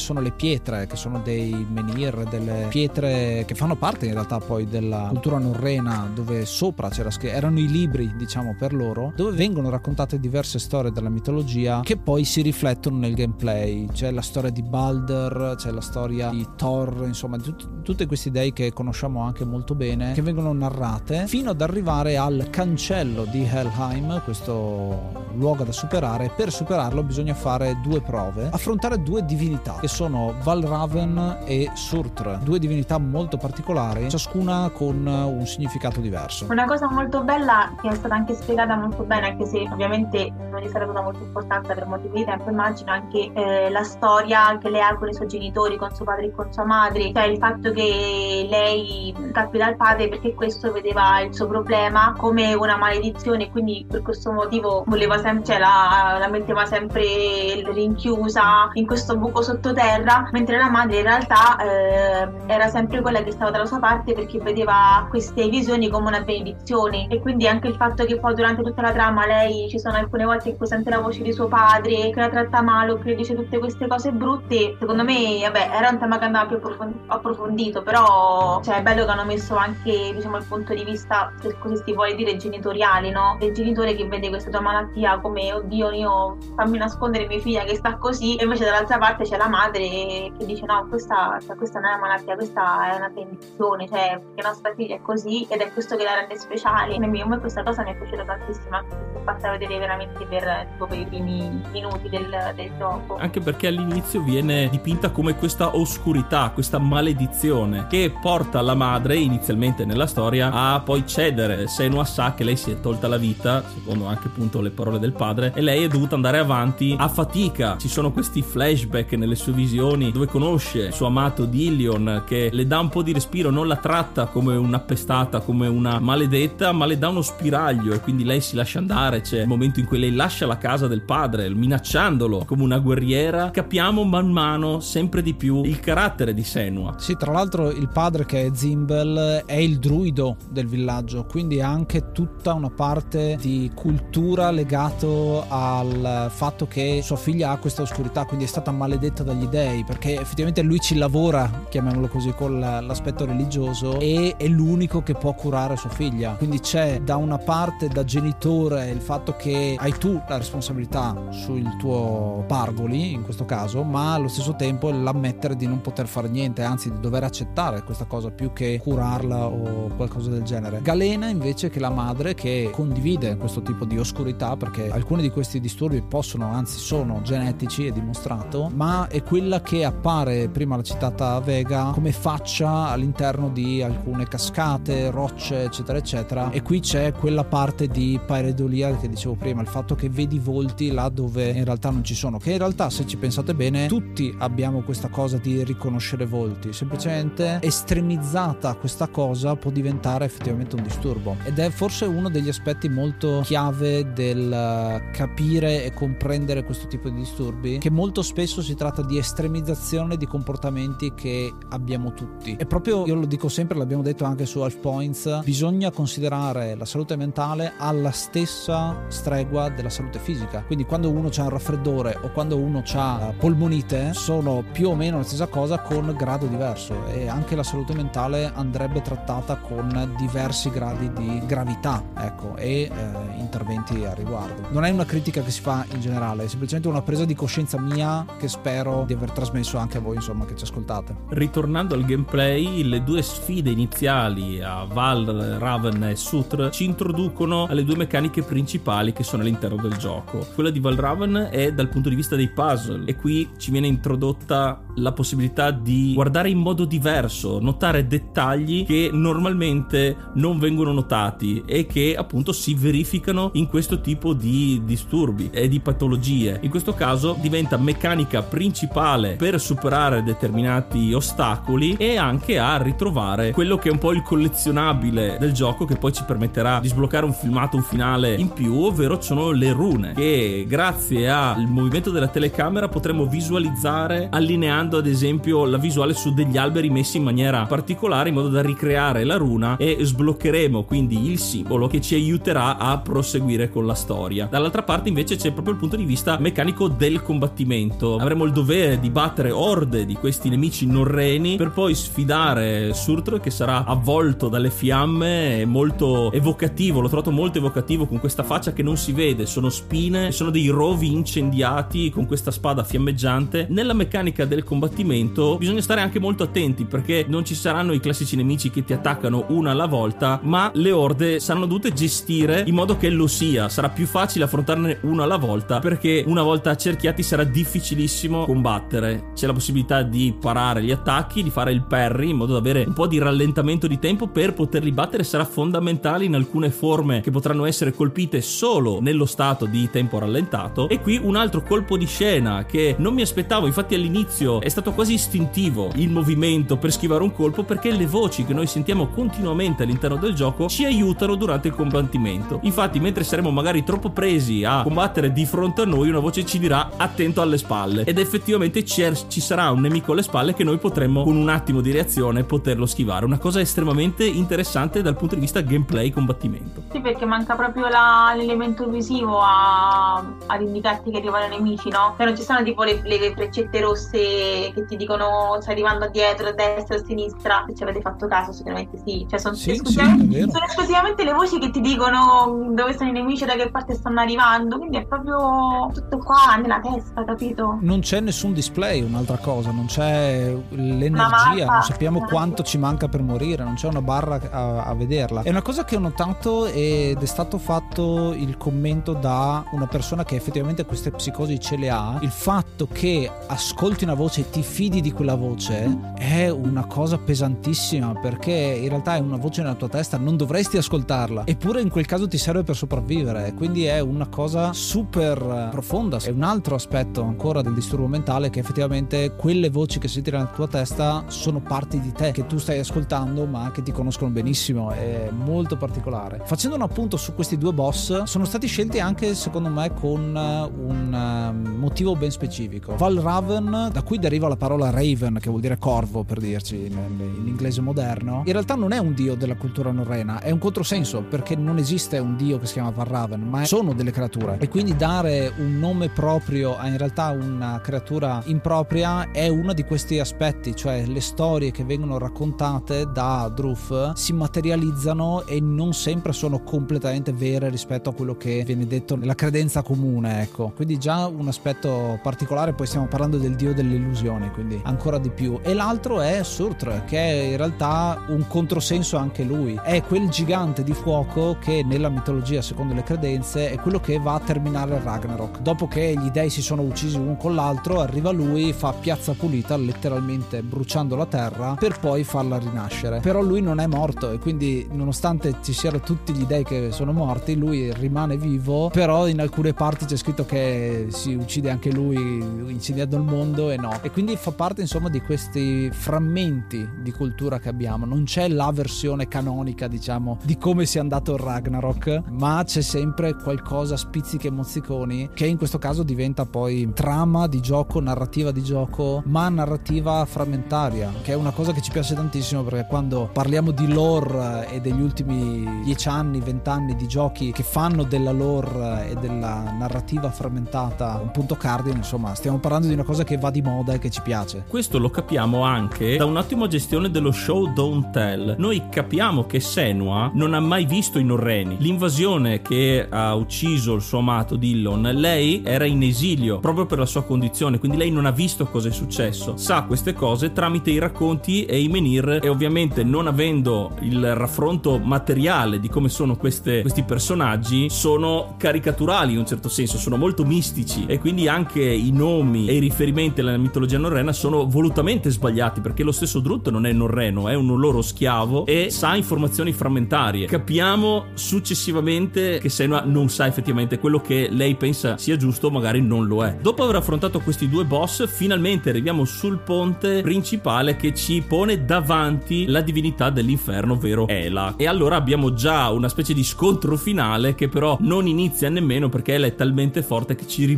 sono le pietre, che sono dei menhir, delle pietre che fanno parte in realtà poi della cultura norrena, dove sopra erano i libri, diciamo, per loro, dove vengono raccontate diverse storie della mitologia che poi si riflettono nel gameplay. C'è la storia di Balder, c'è la storia di Thor, insomma tutte queste dei che conosciamo anche molto bene, che vengono narrate fino ad arrivare al cancello di Helheim, questo luogo da superare. Per superarlo bisogna fare due prove, affrontare due divinità che sono Valraven e Surtr, due divinità molto particolari, ciascuna con un significato diverso. Una cosa molto bella che è stata anche spiegata molto bene, anche se ovviamente non gli sarà data molta importanza per motivi di tempo, immagino anche la storia che lei ha con i suoi genitori, con suo padre e con sua madre, cioè il fatto che lei scappi dal padre perché questo vedeva il suo problema come una maledizione e quindi per questo motivo voleva sempre, cioè la metteva sempre rinchiusa in questo buco sottoterra, mentre la madre in realtà era sempre quella che stava dalla sua parte perché vedeva queste visioni come una benedizione. E quindi anche il fatto che poi durante tutta la trama lei, ci sono alcune volte in cui sente la voce di suo padre che la tratta male o che dice tutte queste cose brutte, secondo me era un tema che andava più approfondito, però cioè, è bello che hanno messo anche, diciamo, il punto di vista, se così si vuole dire, genitoriali, no? Del genitore che vede questa tua malattia come oddio, io fammi nascondere mia figlia che sta così, e invece dall'altra parte c'è la madre che dice no, questa non è una malattia, questa è una benedizione, cioè che la nostra figlia è così ed è questo che la rende speciale. E a me questa cosa mi è piaciuta tantissimo, anche se si è fatta vedere veramente per i primi minuti del gioco, anche perché all'inizio viene dipinta come questa oscurità, questa maledizione che porta la madre inizialmente nella storia a poi cedere. Senua sa che lei si è tolta la vita, secondo anche appunto le parole del padre, e lei è dovuta andare avanti a fatica. Ci sono questi flashback nelle sue visioni dove conosce il suo amato Dillion che le dà un po' di respiro, non la tratta come un'appestata, come una maledetta, ma le dà uno spiraglio e quindi lei si lascia andare. C'è il momento in cui lei lascia la casa del padre minacciandolo come una guerriera. Capiamo man mano sempre di più il carattere di Senua. Sì, tra l'altro il padre, che è Zimbel, è il druido del villaggio, quindi ha anche tutta una parte di cultura legato al fatto che sua figlia ha questa oscurità, quindi è stata maledetta dagli dei, perché effettivamente lui ci lavora, chiamiamolo così, con l'aspetto religioso, e è l'unico che può curare sua figlia. Quindi c'è da una parte, da genitore, il fatto che hai tu la responsabilità sul tuo pargoli in questo caso, ma allo stesso tempo l'ammettere di non poter fare niente, anzi di dover accettare questa cosa più che curarla o qualcosa del genere. Galena invece, che è la madre, che condivide questo tipo di oscurità, perché alcuni di questi disturbi possono, anzi sono genetici, è dimostrato, ma è quella che appare, prima la citata Vega, come faccia all'interno di alcune cascate, rocce, eccetera eccetera. E qui c'è quella parte di pareidolia che dicevo prima, il fatto che vedi volti là dove in realtà non ci sono, che in realtà, se ci pensate bene, tutti abbiamo questa cosa di riconoscere volti, semplicemente estremizzata questa cosa può diventare effettivamente un disturbo, ed è forse uno degli aspetti molto chiave del capire e comprendere questo tipo di disturbi, che molto spesso si tratta di estremizzazione di comportamenti che abbiamo tutti. E proprio, io lo dico sempre, l'abbiamo detto anche su Half Points, bisogna considerare la salute mentale alla stessa stregua della salute fisica. Quindi quando uno ha un raffreddore o quando uno ha polmonite sono più o meno la stessa cosa con grado diverso, e anche la salute mentale andrebbe trattata con diversi gradi di gravità, ecco, e interventi a riguardo. Non è una critica che si fa in generale, è semplicemente una presa di coscienza mia che spero di aver trasmesso anche a voi, insomma, che ci ascoltate. Ritornando al gameplay, le due sfide iniziali a Val, Raven e Surtr ci introducono alle due meccaniche principali che sono all'interno del gioco. Quella di Valraven è dal punto di vista dei puzzle, e qui ci viene introdotta la possibilità di guardare in modo diverso, notare dettagli che normalmente non vengono notati e che appunto si verificano in questo tipo di disturbi e di patologie. In questo caso diventa meccanica principale per superare determinati ostacoli e anche a ritrovare quello che è un po' il collezionabile del gioco, che poi ci permetterà di sbloccare un finale in più, ovvero sono le rune, che grazie al movimento della telecamera potremo visualizzare allineando ad esempio la visuale su degli alberi messi in maniera particolare, in modo da ricreare la runa, e sbloccheremo quindi il simbolo che ci aiuterà a proseguire con la storia. Dall'altra parte invece c'è proprio il punto di vista meccanico del combattimento. Avremo il dovere di battere orde di questi nemici norreni per poi sfidare Surtr, che sarà avvolto dalle fiamme. È molto evocativo, l'ho trovato molto evocativo, con questa faccia che non si vede, sono spine, sono dei rovi incendiati con questa spada fiammeggiante. Nella meccanica del combattimento bisogna stare anche molto attenti, perché non ci saranno i classici nemici che ti attaccano una alla volta, ma le orde saranno dovute gestire in modo che lo sia. Sarà più facile affrontarne una alla volta, perché una volta accerchiati sarà difficilissimo combattere. C'è la possibilità di parare gli attacchi, di fare il parry in modo da avere un po' di rallentamento di tempo per poterli battere. Sarà fondamentale in alcune forme che potranno essere colpite solo nello stato di tempo rallentato. E qui un altro colpo di scena che non mi aspettavo, infatti all'inizio è stato quasi istintivo il movimento per schivare un colpo, perché le voci che noi sentiamo continuamente all'interno del gioco ci aiutano durante il combattimento. Infatti, mentre saremo magari troppo presi a combattere di fronte a noi, una voce ci dirà attento alle spalle, ed effettivamente ci sarà un nemico alle spalle che noi potremmo con un attimo di reazione poterlo schivare. Una cosa estremamente interessante dal punto di vista gameplay combattimento. Sì, perché manca proprio l'elemento visivo ad indicarti che arrivano i nemici, no? Cioè non ci sono tipo le freccette rosse che ti dicono stai arrivando dietro, a destra o a sinistra. Se ci avete fatto caso sicuramente sì. Cioè sono esclusivamente le voci che ti dicono dove sono i nemici, da che parte stanno arrivando. Quindi è proprio tutto qua nella testa, capito? Non c'è nessun display, un'altra cosa, non c'è l'energia, non sappiamo quanto ci manca per morire, non c'è una barra a vederla. È una cosa che ho notato, ed è stato fatto il commento da una persona che effettivamente queste psicosi ce le ha. Il fatto che ascolti una voce e ti fidi di quella voce è una cosa pesantissima, perché in realtà è una voce nella tua testa, non dovresti ascoltarla, eppure in quel caso ti serve per sopravvivere. Quindi è una cosa super profonda. È un altro aspetto ancora del disturbo mentale, che effettivamente quelle voci che senti nella tua testa sono parti di te che tu stai ascoltando, ma che ti conoscono benissimo. È molto particolare. Facendo un appunto su questi due boss, sono stati scelti anche secondo me con un motivo ben specifico. Valraven, da cui deriva la parola raven, che vuol dire corvo, per dirci in inglese moderno, in realtà non è un dio della cultura norrena, è un controsenso, perché non esiste un dio che si chiama Valraven, ma sono delle creature, e quindi dare un nome proprio a in realtà una creatura impropria è uno di questi aspetti. Cioè le storie che vengono raccontate da Druff si materializzano e non sempre sono completamente vere rispetto a quello che viene detto nella credenza comune, ecco. Quindi già un aspetto particolare. Poi stiamo parlando del dio delle illusioni, quindi ancora di più. E l'altro è Surtr, che è in realtà un controsenso anche lui. È quel gigante di fuoco che nella mitologia, secondo le credenze, è quello che va a terminare il Ragnarok. Dopo che gli dei si sono uccisi uno con l'altro, arriva lui, fa piazza pulita, letteralmente bruciando la terra, per poi farla rinascere. Però lui non è morto, e quindi nonostante ci siano tutti gli dei che sono morti, lui rimane vivo. Però in alcune parti c'è scritto che si uccide anche lui incendiando il mondo, e no. E quindi fa parte insomma di questi frammenti di cultura che abbiamo. Non c'è la versione canonica, diciamo, di come sia andato il Ragnarok, ma c'è sempre qualcosa, spizzichi e mozziconi, che in questo caso diventa poi trama di gioco, narrativa di gioco, ma narrativa frammentaria, che è una cosa che ci piace tantissimo, perché quando parliamo di lore e degli ultimi 10 anni, 20 anni di giochi che fanno della lore e della narrativa frammentata un punto cardine, insomma stiamo parlando di una cosa che va di moda e che ci piace. Questo lo capiamo anche da un'ottima gestione dello show don't tell. Noi capiamo che Senua non ha mai visto i norreni. L'invasione che ha ucciso il suo amato Dillon, lei era in esilio proprio per la sua condizione, quindi lei non ha visto cosa è successo. Sa queste cose tramite i racconti e i menhir, e ovviamente non avendo il raffronto materiale di come sono questi personaggi, sono caricaturali in un certo senso, sono molto mistici, e quindi anche i nomi e i riferimenti alla mitologia norrena sono volutamente sbagliati, perché lo stesso Drut non è norreno, è un loro schiavo e sa informazioni frammentarie. Capiamo successivamente che Senua non sa effettivamente quello che lei pensa sia giusto, magari non lo è. Dopo aver affrontato questi due boss, finalmente arriviamo sul ponte principale che ci pone davanti la divinità dell'inferno, ovvero Ela. E allora abbiamo già una specie di scontro finale che però non inizia nemmeno, perché Ela è talmente forte che ci ributta immediatamente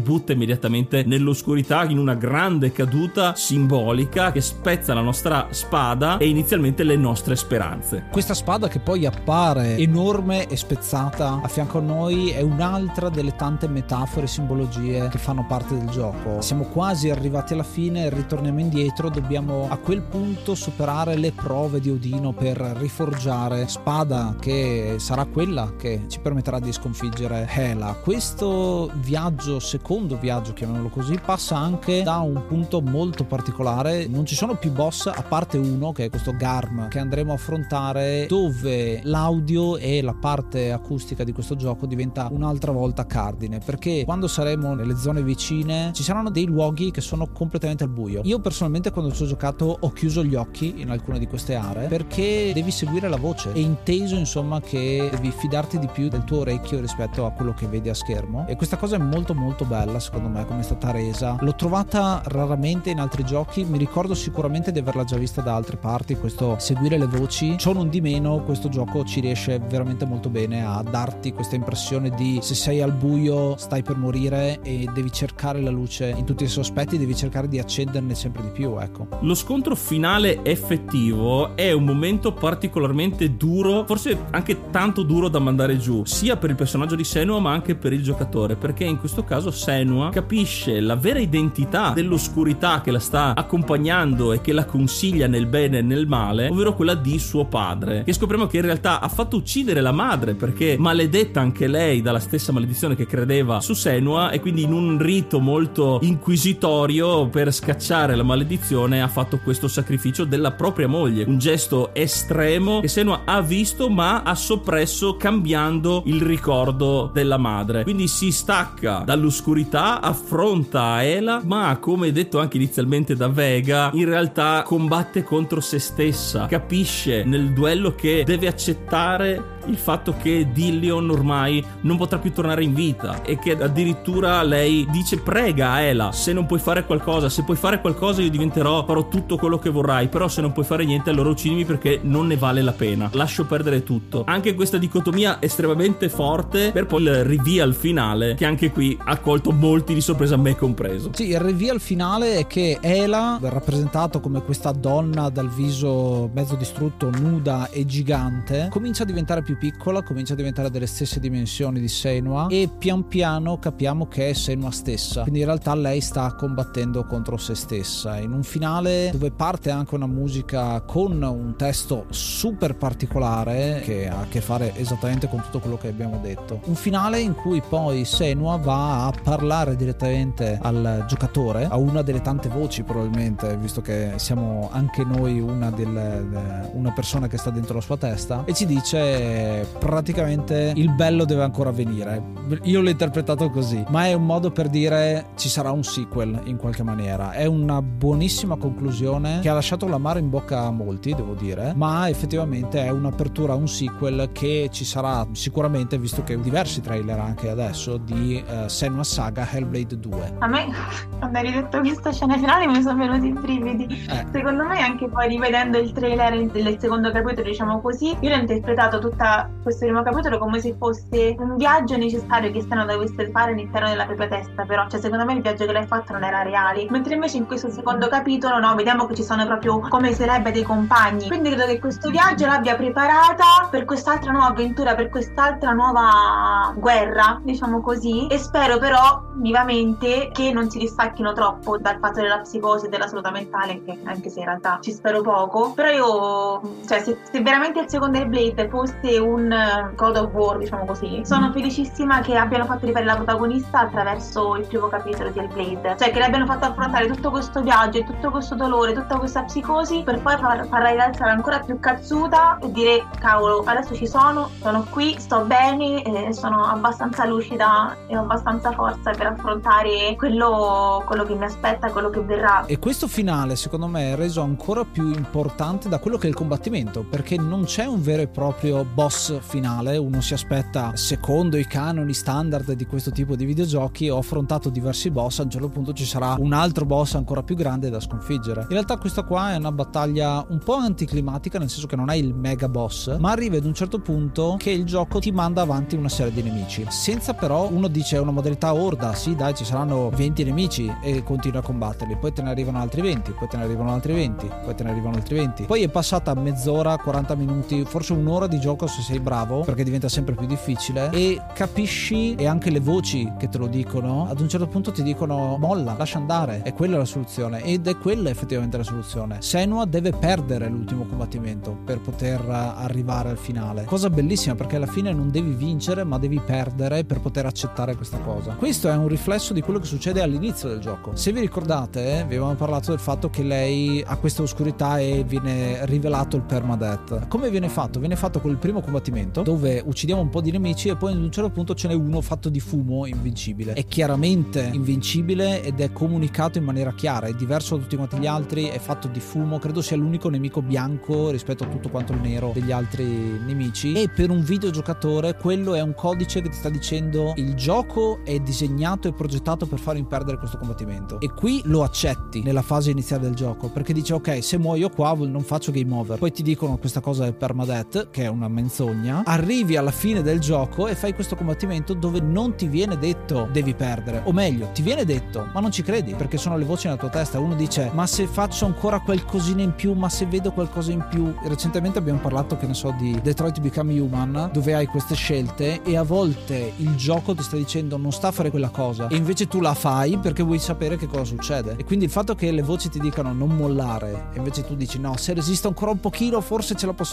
immediatamente nell'oscurità in una grande caduta simbolica che spezza la nostra spada e inizialmente le nostre speranze. Questa spada che poi appare enorme e spezzata a fianco a noi è un'altra delle tante metafore e simbologie che fanno parte del gioco. Siamo quasi arrivati alla fine, ritorniamo indietro, dobbiamo a quel punto superare le prove di Odino per riforgiare spada che sarà quella che ci permetterà di sconfiggere Hela. Questo viaggio, secondo viaggio chiamiamolo così, passa anche da un punto molto particolare. Non ci sono più boss a parte uno che è questo Garm che andremo a affrontare, dove l'audio e la parte acustica di questo gioco diventa un'altra volta cardine, perché quando saremo nelle zone vicine ci saranno dei luoghi che sono completamente al buio. Io personalmente quando ci ho giocato ho chiuso gli occhi in alcune di queste aree perché devi seguire la voce, è inteso insomma che devi fidarti di più del tuo orecchio rispetto a quello che vedi a schermo, e questa cosa è molto molto bella secondo me come è stata resa. L'ho trovata raramente in altri giochi, mi ricordo sicuramente di averla già vista da altre parti, questo seguire le voci. Ciò non di meno questo gioco ci riesce veramente molto bene a darti questa impressione di se sei al buio stai per morire e devi cercare la luce in tutti i suoi aspetti, devi cercare di accenderne sempre di più, ecco. Lo scontro finale effettivo è un momento particolarmente duro, forse anche tanto duro da mandare giù, sia per il personaggio di Senua ma anche per il giocatore, perché in questo caso Senua capisce la vera identità dell'oscurità che la sta accompagnando e che la consiglia nel bene e nel male, ovvero quella di suo padre, che scopriamo che in realtà ha fatto uccidere la madre perché maledetta anche lei dalla stessa maledizione che credeva su Senua, e quindi in un rito molto inquisitorio per scacciare la maledizione ha fatto questo sacrificio della propria moglie, un gesto estremo che Senua ha visto ma ha soppresso cambiando il ricordo della madre. Quindi si stacca dall'oscurità, affronta Hela, ma come detto anche inizialmente da Vega, in realtà combatte contro se stessa, capisce nel duello che deve accettare il fatto che Dillion ormai non potrà più tornare in vita, e che addirittura lei dice, prega a Hela, se non puoi fare qualcosa, se puoi fare qualcosa io farò tutto quello che vorrai, però se non puoi fare niente allora uccidimi perché non ne vale la pena, lascio perdere tutto. Anche questa dicotomia estremamente forte, per poi il reveal finale che anche qui ha colto molti di sorpresa, me compreso. Sì, il reveal finale è che Hela, rappresentato come questa donna dal viso mezzo distrutto, nuda e gigante, comincia a diventare più piccola, comincia a diventare delle stesse dimensioni di Senua, e pian piano capiamo che è Senua stessa, quindi in realtà lei sta combattendo contro se stessa, in un finale dove parte anche una musica con un testo super particolare che ha a che fare esattamente con tutto quello che abbiamo detto, un finale in cui poi Senua va a parlare direttamente al giocatore, a una delle tante voci probabilmente, visto che siamo anche noi una persona che sta dentro la sua testa, e ci dice praticamente il bello deve ancora venire. Io l'ho interpretato così, ma è un modo per dire ci sarà un sequel in qualche maniera. È una buonissima conclusione che ha lasciato l'amaro in bocca a molti, devo dire, ma effettivamente è un'apertura a un sequel che ci sarà sicuramente, visto che diversi trailer anche adesso di Senua Saga Hellblade 2. A me quando hai detto questa scena finale mi sono venuti i brividi. Secondo me anche poi rivedendo il trailer del secondo capitolo, diciamo così, io l'ho interpretato tutta questo primo capitolo come se fosse un viaggio necessario che Senua dovesse fare all'interno della propria testa, però secondo me il viaggio che l'hai fatto non era reale, mentre invece in questo secondo capitolo vediamo che ci sono proprio come sarebbe dei compagni, quindi credo che questo viaggio l'abbia preparata per quest'altra nuova avventura, per quest'altra nuova guerra, diciamo così, e spero però vivamente che non si distacchino troppo dal fatto della psicosi e della salute mentale, anche se in realtà ci spero poco, però io se veramente il secondo Hellblade fosse un God of War, diciamo così, sono felicissima che abbiano fatto riparare la protagonista attraverso il primo capitolo di Hellblade, cioè che le abbiano fatto affrontare tutto questo viaggio e tutto questo dolore, tutta questa psicosi, per poi farla rialzare ancora più cazzuta e dire cavolo, adesso ci sono qui, sto bene e sono abbastanza lucida e ho abbastanza forza per affrontare quello che mi aspetta, quello che verrà. E questo finale secondo me è reso ancora più importante da quello che è il combattimento, perché non c'è un vero e proprio boss boss finale. Uno si aspetta, secondo i canoni standard di questo tipo di videogiochi, ho affrontato diversi boss, a un certo punto ci sarà un altro boss ancora più grande da sconfiggere. In realtà questa qua è una battaglia un po' anticlimatica, nel senso che non hai il mega boss, ma arrivi ad un certo punto che il gioco ti manda avanti una serie di nemici, senza però, uno dice è una modalità orda, sì dai ci saranno 20 nemici e continui a combatterli, poi te ne arrivano altri 20, poi te ne arrivano altri 20, poi te ne arrivano altri 20, poi è passata mezz'ora, 40 minuti, forse un'ora di gioco se sei bravo, perché diventa sempre più difficile, e capisci, e anche le voci che te lo dicono ad un certo punto ti dicono molla, lascia andare, è quella la soluzione, ed è quella effettivamente la soluzione. Senua deve perdere l'ultimo combattimento per poter arrivare al finale, cosa bellissima, perché alla fine non devi vincere ma devi perdere per poter accettare questa cosa. Questo è un riflesso di quello che succede all'inizio del gioco. Se vi ricordate, vi avevamo parlato del fatto che lei ha questa oscurità e viene rivelato il permadeath. Come viene fatto? Viene fatto con il primo combattimento, dove uccidiamo un po' di nemici e poi ad un certo punto ce n'è uno fatto di fumo invincibile. È chiaramente invincibile ed è comunicato in maniera chiara, è diverso da tutti quanti gli altri, è fatto di fumo, credo sia l'unico nemico bianco rispetto a tutto quanto il nero degli altri nemici, e per un videogiocatore quello è un codice che ti sta dicendo il gioco è disegnato e progettato per farmi perdere questo combattimento, e qui lo accetti nella fase iniziale del gioco, perché dice ok, se muoio qua non faccio game over, poi ti dicono questa cosa è permadeath, che è una menzogna, arrivi alla fine del gioco e fai questo combattimento dove non ti viene detto devi perdere, o meglio ti viene detto ma non ci credi perché sono le voci nella tua testa. Uno dice ma se faccio ancora qualcosina in più, ma se vedo qualcosa in più. Recentemente abbiamo parlato, che ne so, di Detroit Become Human, dove hai queste scelte e a volte il gioco ti sta dicendo non sta a fare quella cosa e invece tu la fai perché vuoi sapere che cosa succede, e quindi il fatto che le voci ti dicano non mollare e invece tu dici no, se resisto ancora un pochino forse ce la posso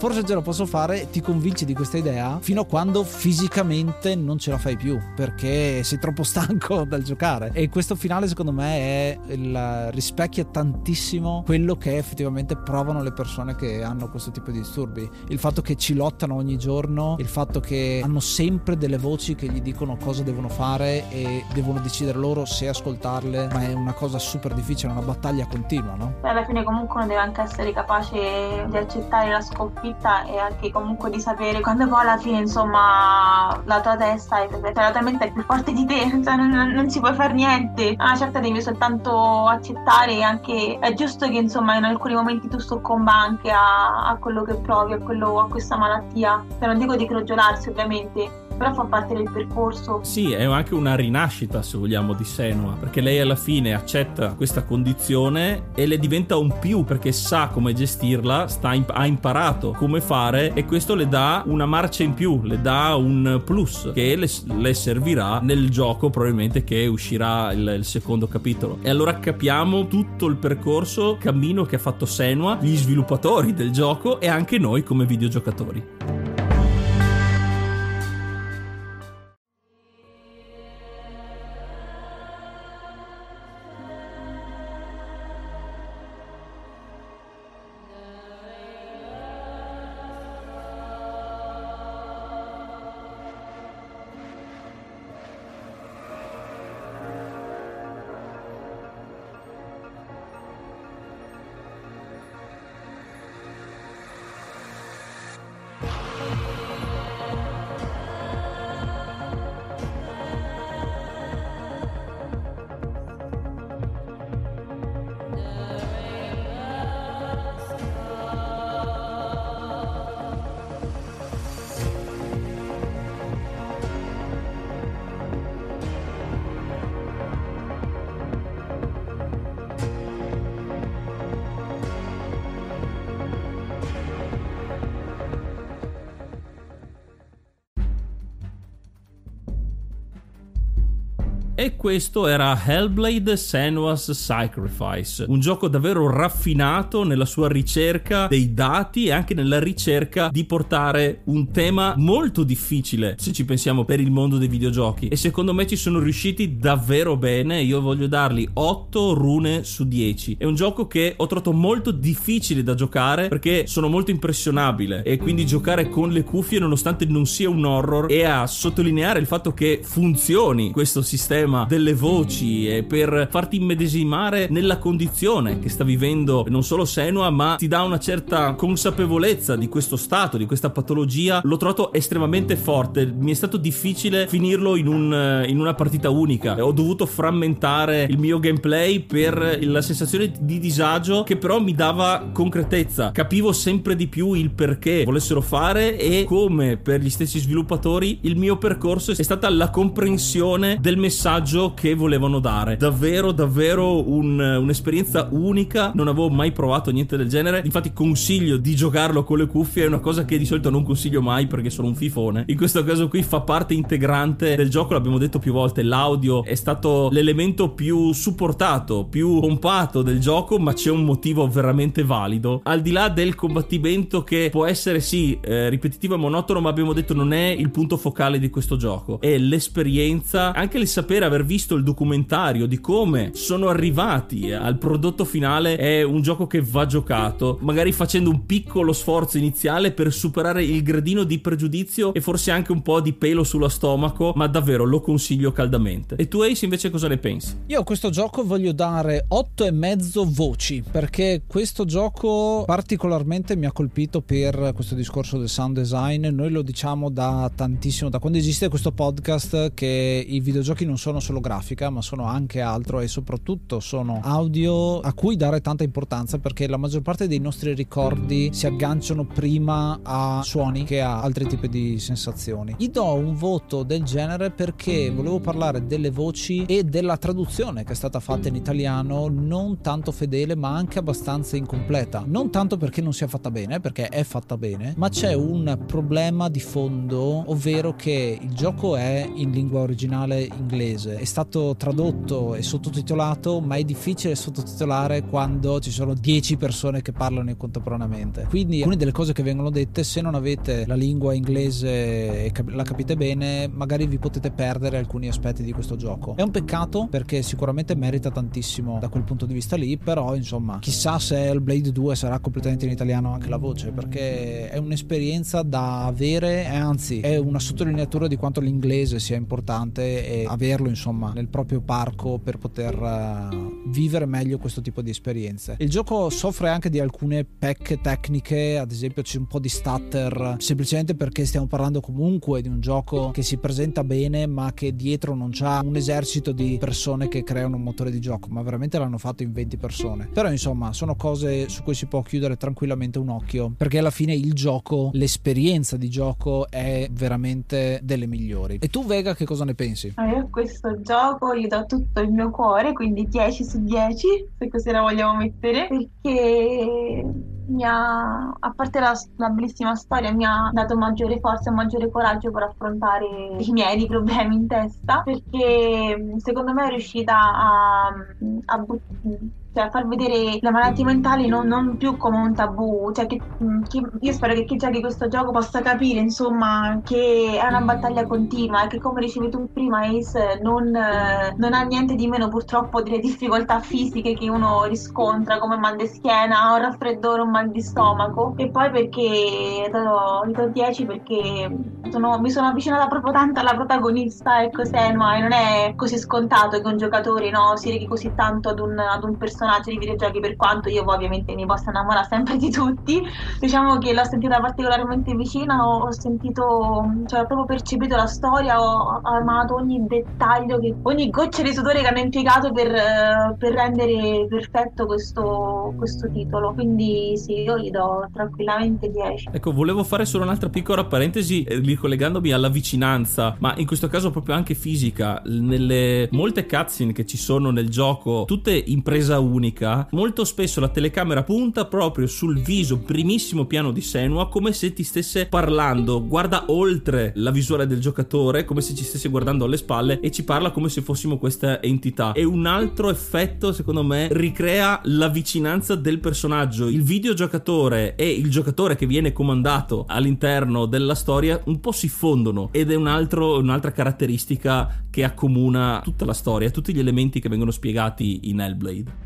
fare, ti convinci di questa idea fino a quando fisicamente non ce la fai più perché sei troppo stanco dal giocare. E questo finale secondo me rispecchia tantissimo quello che effettivamente provano le persone che hanno questo tipo di disturbi, il fatto che ci lottano ogni giorno, il fatto che hanno sempre delle voci che gli dicono cosa devono fare e devono decidere loro se ascoltarle, ma è una cosa super difficile, è una battaglia continua, no? Alla fine comunque uno deve anche essere capace di accettare la sconfitta e anche comunque di sapere quando poi alla fine insomma la tua testa la tua mente è più forte di te, cioè non ci puoi fare niente, a una certa devi soltanto accettare, e anche è giusto che insomma in alcuni momenti tu soccomba anche a quello che provi, a questa malattia, cioè, non dico di crogiolarsi ovviamente, però fa parte del percorso. Sì, è anche una rinascita, se vogliamo, di Senua, perché lei alla fine accetta questa condizione e le diventa un più, perché sa come gestirla, ha imparato come fare, e questo le dà una marcia in più, le dà un plus che le servirà nel gioco probabilmente che uscirà il secondo capitolo. E allora capiamo tutto il percorso, cammino che ha fatto Senua, gli sviluppatori del gioco e anche noi come videogiocatori. E questo era Hellblade: Senua's Sacrifice, un gioco davvero raffinato nella sua ricerca dei dati e anche nella ricerca di portare un tema molto difficile, se ci pensiamo, per il mondo dei videogiochi, e secondo me ci sono riusciti davvero bene. Io voglio dargli 8 rune su 10. È un gioco che ho trovato molto difficile da giocare perché sono molto impressionabile, e quindi giocare con le cuffie, nonostante non sia un horror, e a sottolineare il fatto che funzioni questo sistema l'emblema delle voci e per farti immedesimare nella condizione che sta vivendo non solo Senua, ma ti dà una certa consapevolezza di questo stato, di questa patologia. L'ho trovato estremamente forte. Mi è stato difficile finirlo in una partita unica. Ho dovuto frammentare il mio gameplay per la sensazione di disagio che però mi dava concretezza. Capivo sempre di più il perché volessero fare, e come per gli stessi sviluppatori il mio percorso è stata la comprensione del messaggio che volevano dare. Davvero un'esperienza unica, non avevo mai provato niente del genere. Infatti consiglio di giocarlo con le cuffie, è una cosa che di solito non consiglio mai perché sono un fifone. In questo caso qui fa parte integrante del gioco, l'abbiamo detto più volte, l'audio è stato l'elemento più supportato, più pompato del gioco, ma c'è un motivo veramente valido. Al di là del combattimento che può essere sì ripetitivo e monotono, ma abbiamo detto non è il punto focale di questo gioco, è l'esperienza, anche il sapere, aver visto il documentario di come sono arrivati al prodotto finale. È un gioco che va giocato, magari facendo un piccolo sforzo iniziale per superare il gradino di pregiudizio e forse anche un po' di pelo sullo stomaco, ma davvero lo consiglio caldamente. E tu, Ace, invece cosa ne pensi? Io a questo gioco voglio dare 8,5 voci, perché questo gioco particolarmente mi ha colpito per questo discorso del sound design. Noi lo diciamo da tantissimo, da quando esiste questo podcast, che i videogiochi non sono solo grafica ma sono anche altro, e soprattutto sono audio a cui dare tanta importanza, perché la maggior parte dei nostri ricordi si agganciano prima a suoni che a altri tipi di sensazioni. Gli do un voto del genere perché volevo parlare delle voci e della traduzione che è stata fatta in italiano, non tanto fedele ma anche abbastanza incompleta. Non tanto perché non sia fatta bene, perché è fatta bene, ma c'è un problema di fondo, ovvero che il gioco è in lingua originale inglese, è stato tradotto e sottotitolato, ma è difficile sottotitolare quando ci sono 10 persone che parlano contemporaneamente. Quindi alcune delle cose che vengono dette, se non avete la lingua inglese e la capite bene, magari vi potete perdere alcuni aspetti di questo gioco. È un peccato perché sicuramente merita tantissimo da quel punto di vista lì, però insomma chissà se Hellblade 2 sarà completamente in italiano anche la voce, perché è un'esperienza da avere, e anzi è una sottolineatura di quanto l'inglese sia importante e averlo insomma nel proprio parco per poter vivere meglio questo tipo di esperienze. Il gioco soffre anche di alcune pecche tecniche, ad esempio c'è un po' di stutter, semplicemente perché stiamo parlando comunque di un gioco che si presenta bene ma che dietro non c'ha un esercito di persone che creano un motore di gioco, ma veramente l'hanno fatto in 20 persone. Però insomma sono cose su cui si può chiudere tranquillamente un occhio, perché alla fine il gioco, l'esperienza di gioco è veramente delle migliori. E tu, Vega, che cosa ne pensi? Io a questo gioco gli do tutto il mio cuore, quindi 10 su 10, se così la vogliamo mettere, perché a parte la bellissima storia, mi ha dato maggiore forza e maggiore coraggio per affrontare i miei problemi in testa, perché secondo me è riuscita cioè a far vedere le malattie mentali non più come un tabù, cioè io spero che chi giochi questo gioco possa capire insomma che è una battaglia continua e che, come dicevi tu prima, Ace, non ha niente di meno purtroppo delle difficoltà fisiche che uno riscontra, come mal di schiena, un raffreddore, un mal di stomaco. E poi perché gli do 10 perché mi sono avvicinata proprio tanto alla protagonista, ecco, Senua, e non è così scontato che un giocatore si leghi così tanto ad un personaggio di videogiochi, per quanto io poi ovviamente mi possa innamorare sempre di tutti. Diciamo che l'ho sentita particolarmente vicina, ho sentito, cioè ho proprio percepito la storia, ho amato ogni dettaglio, ogni goccia di sudore che hanno impiegato per rendere perfetto questo titolo. Quindi sì, io gli do tranquillamente 10. Ecco, volevo fare solo un'altra piccola parentesi ricollegandomi alla vicinanza, ma in questo caso proprio anche fisica. Nelle molte cutscene che ci sono nel gioco, tutte in presa unica, molto spesso la telecamera punta proprio sul viso, primissimo piano di Senua, come se ti stesse parlando, guarda oltre la visuale del giocatore, come se ci stesse guardando alle spalle e ci parla come se fossimo questa entità. E un altro effetto, secondo me, ricrea la vicinanza del personaggio. Il videogiocatore e il giocatore che viene comandato all'interno della storia un po' si fondono, ed è un'altra caratteristica che accomuna tutta la storia, tutti gli elementi che vengono spiegati in Hellblade.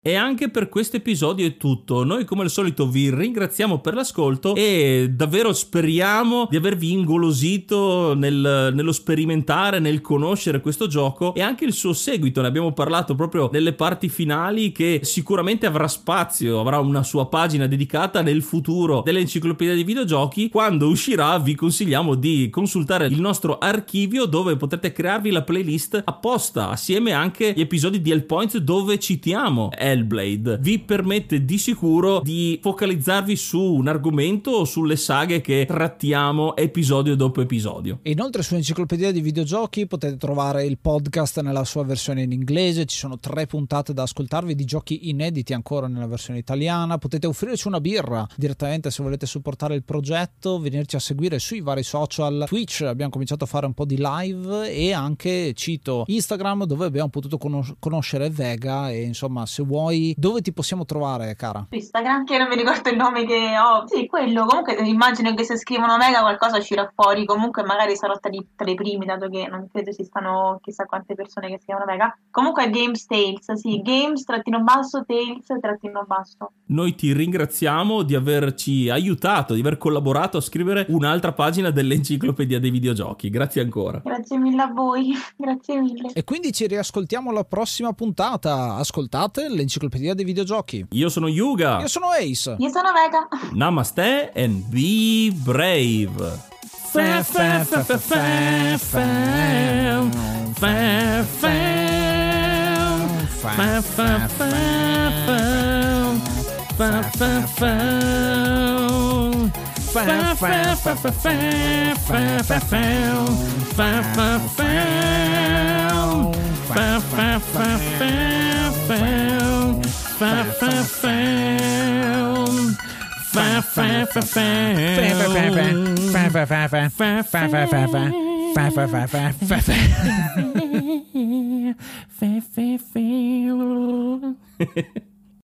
E anche per questo episodio è tutto. Noi come al solito vi ringraziamo per l'ascolto e davvero speriamo di avervi ingolosito nello sperimentare, nel conoscere questo gioco e anche il suo seguito. Ne abbiamo parlato proprio nelle parti finali, che sicuramente avrà spazio, avrà una sua pagina dedicata nel futuro dell'enciclopedia dei videogiochi. Quando uscirà vi consigliamo di consultare il nostro archivio, dove potrete crearvi la playlist apposta assieme anche agli episodi di Hellpoint dove citiamo Hellblade. Vi permette di sicuro di focalizzarvi su un argomento o sulle saghe che trattiamo episodio dopo episodio. E inoltre su Enciclopedia di Videogiochi potete trovare il podcast nella sua versione in inglese, ci sono 3 puntate da ascoltarvi di giochi inediti ancora nella versione italiana. Potete offrirci una birra direttamente se volete supportare il progetto, venirci a seguire sui vari social. Twitch abbiamo cominciato a fare un po' di live e anche cito Instagram, dove abbiamo potuto conoscere Vega. E insomma, se vuoi, dove ti possiamo trovare, cara? Instagram, che non mi ricordo il nome che ho. Sì, quello. Comunque immagino che se scrivono Vega qualcosa uscirà fuori. Comunque magari sarò tra i primi, dato che non credo esistano chissà quante persone che si chiamano Vega. Comunque è Games Tales, sì, Games-Tales-. Noi ti ringraziamo di averci aiutato, di aver collaborato a scrivere un'altra pagina dell'enciclopedia dei videogiochi. Grazie ancora. Grazie mille a voi, grazie mille. E quindi ci riascoltiamo alla prossima puntata. Ascoltate l'Enciclopedia dei Videogiochi. Io sono Yuga. Io sono Ace. Io sono Vega. Namaste and be brave.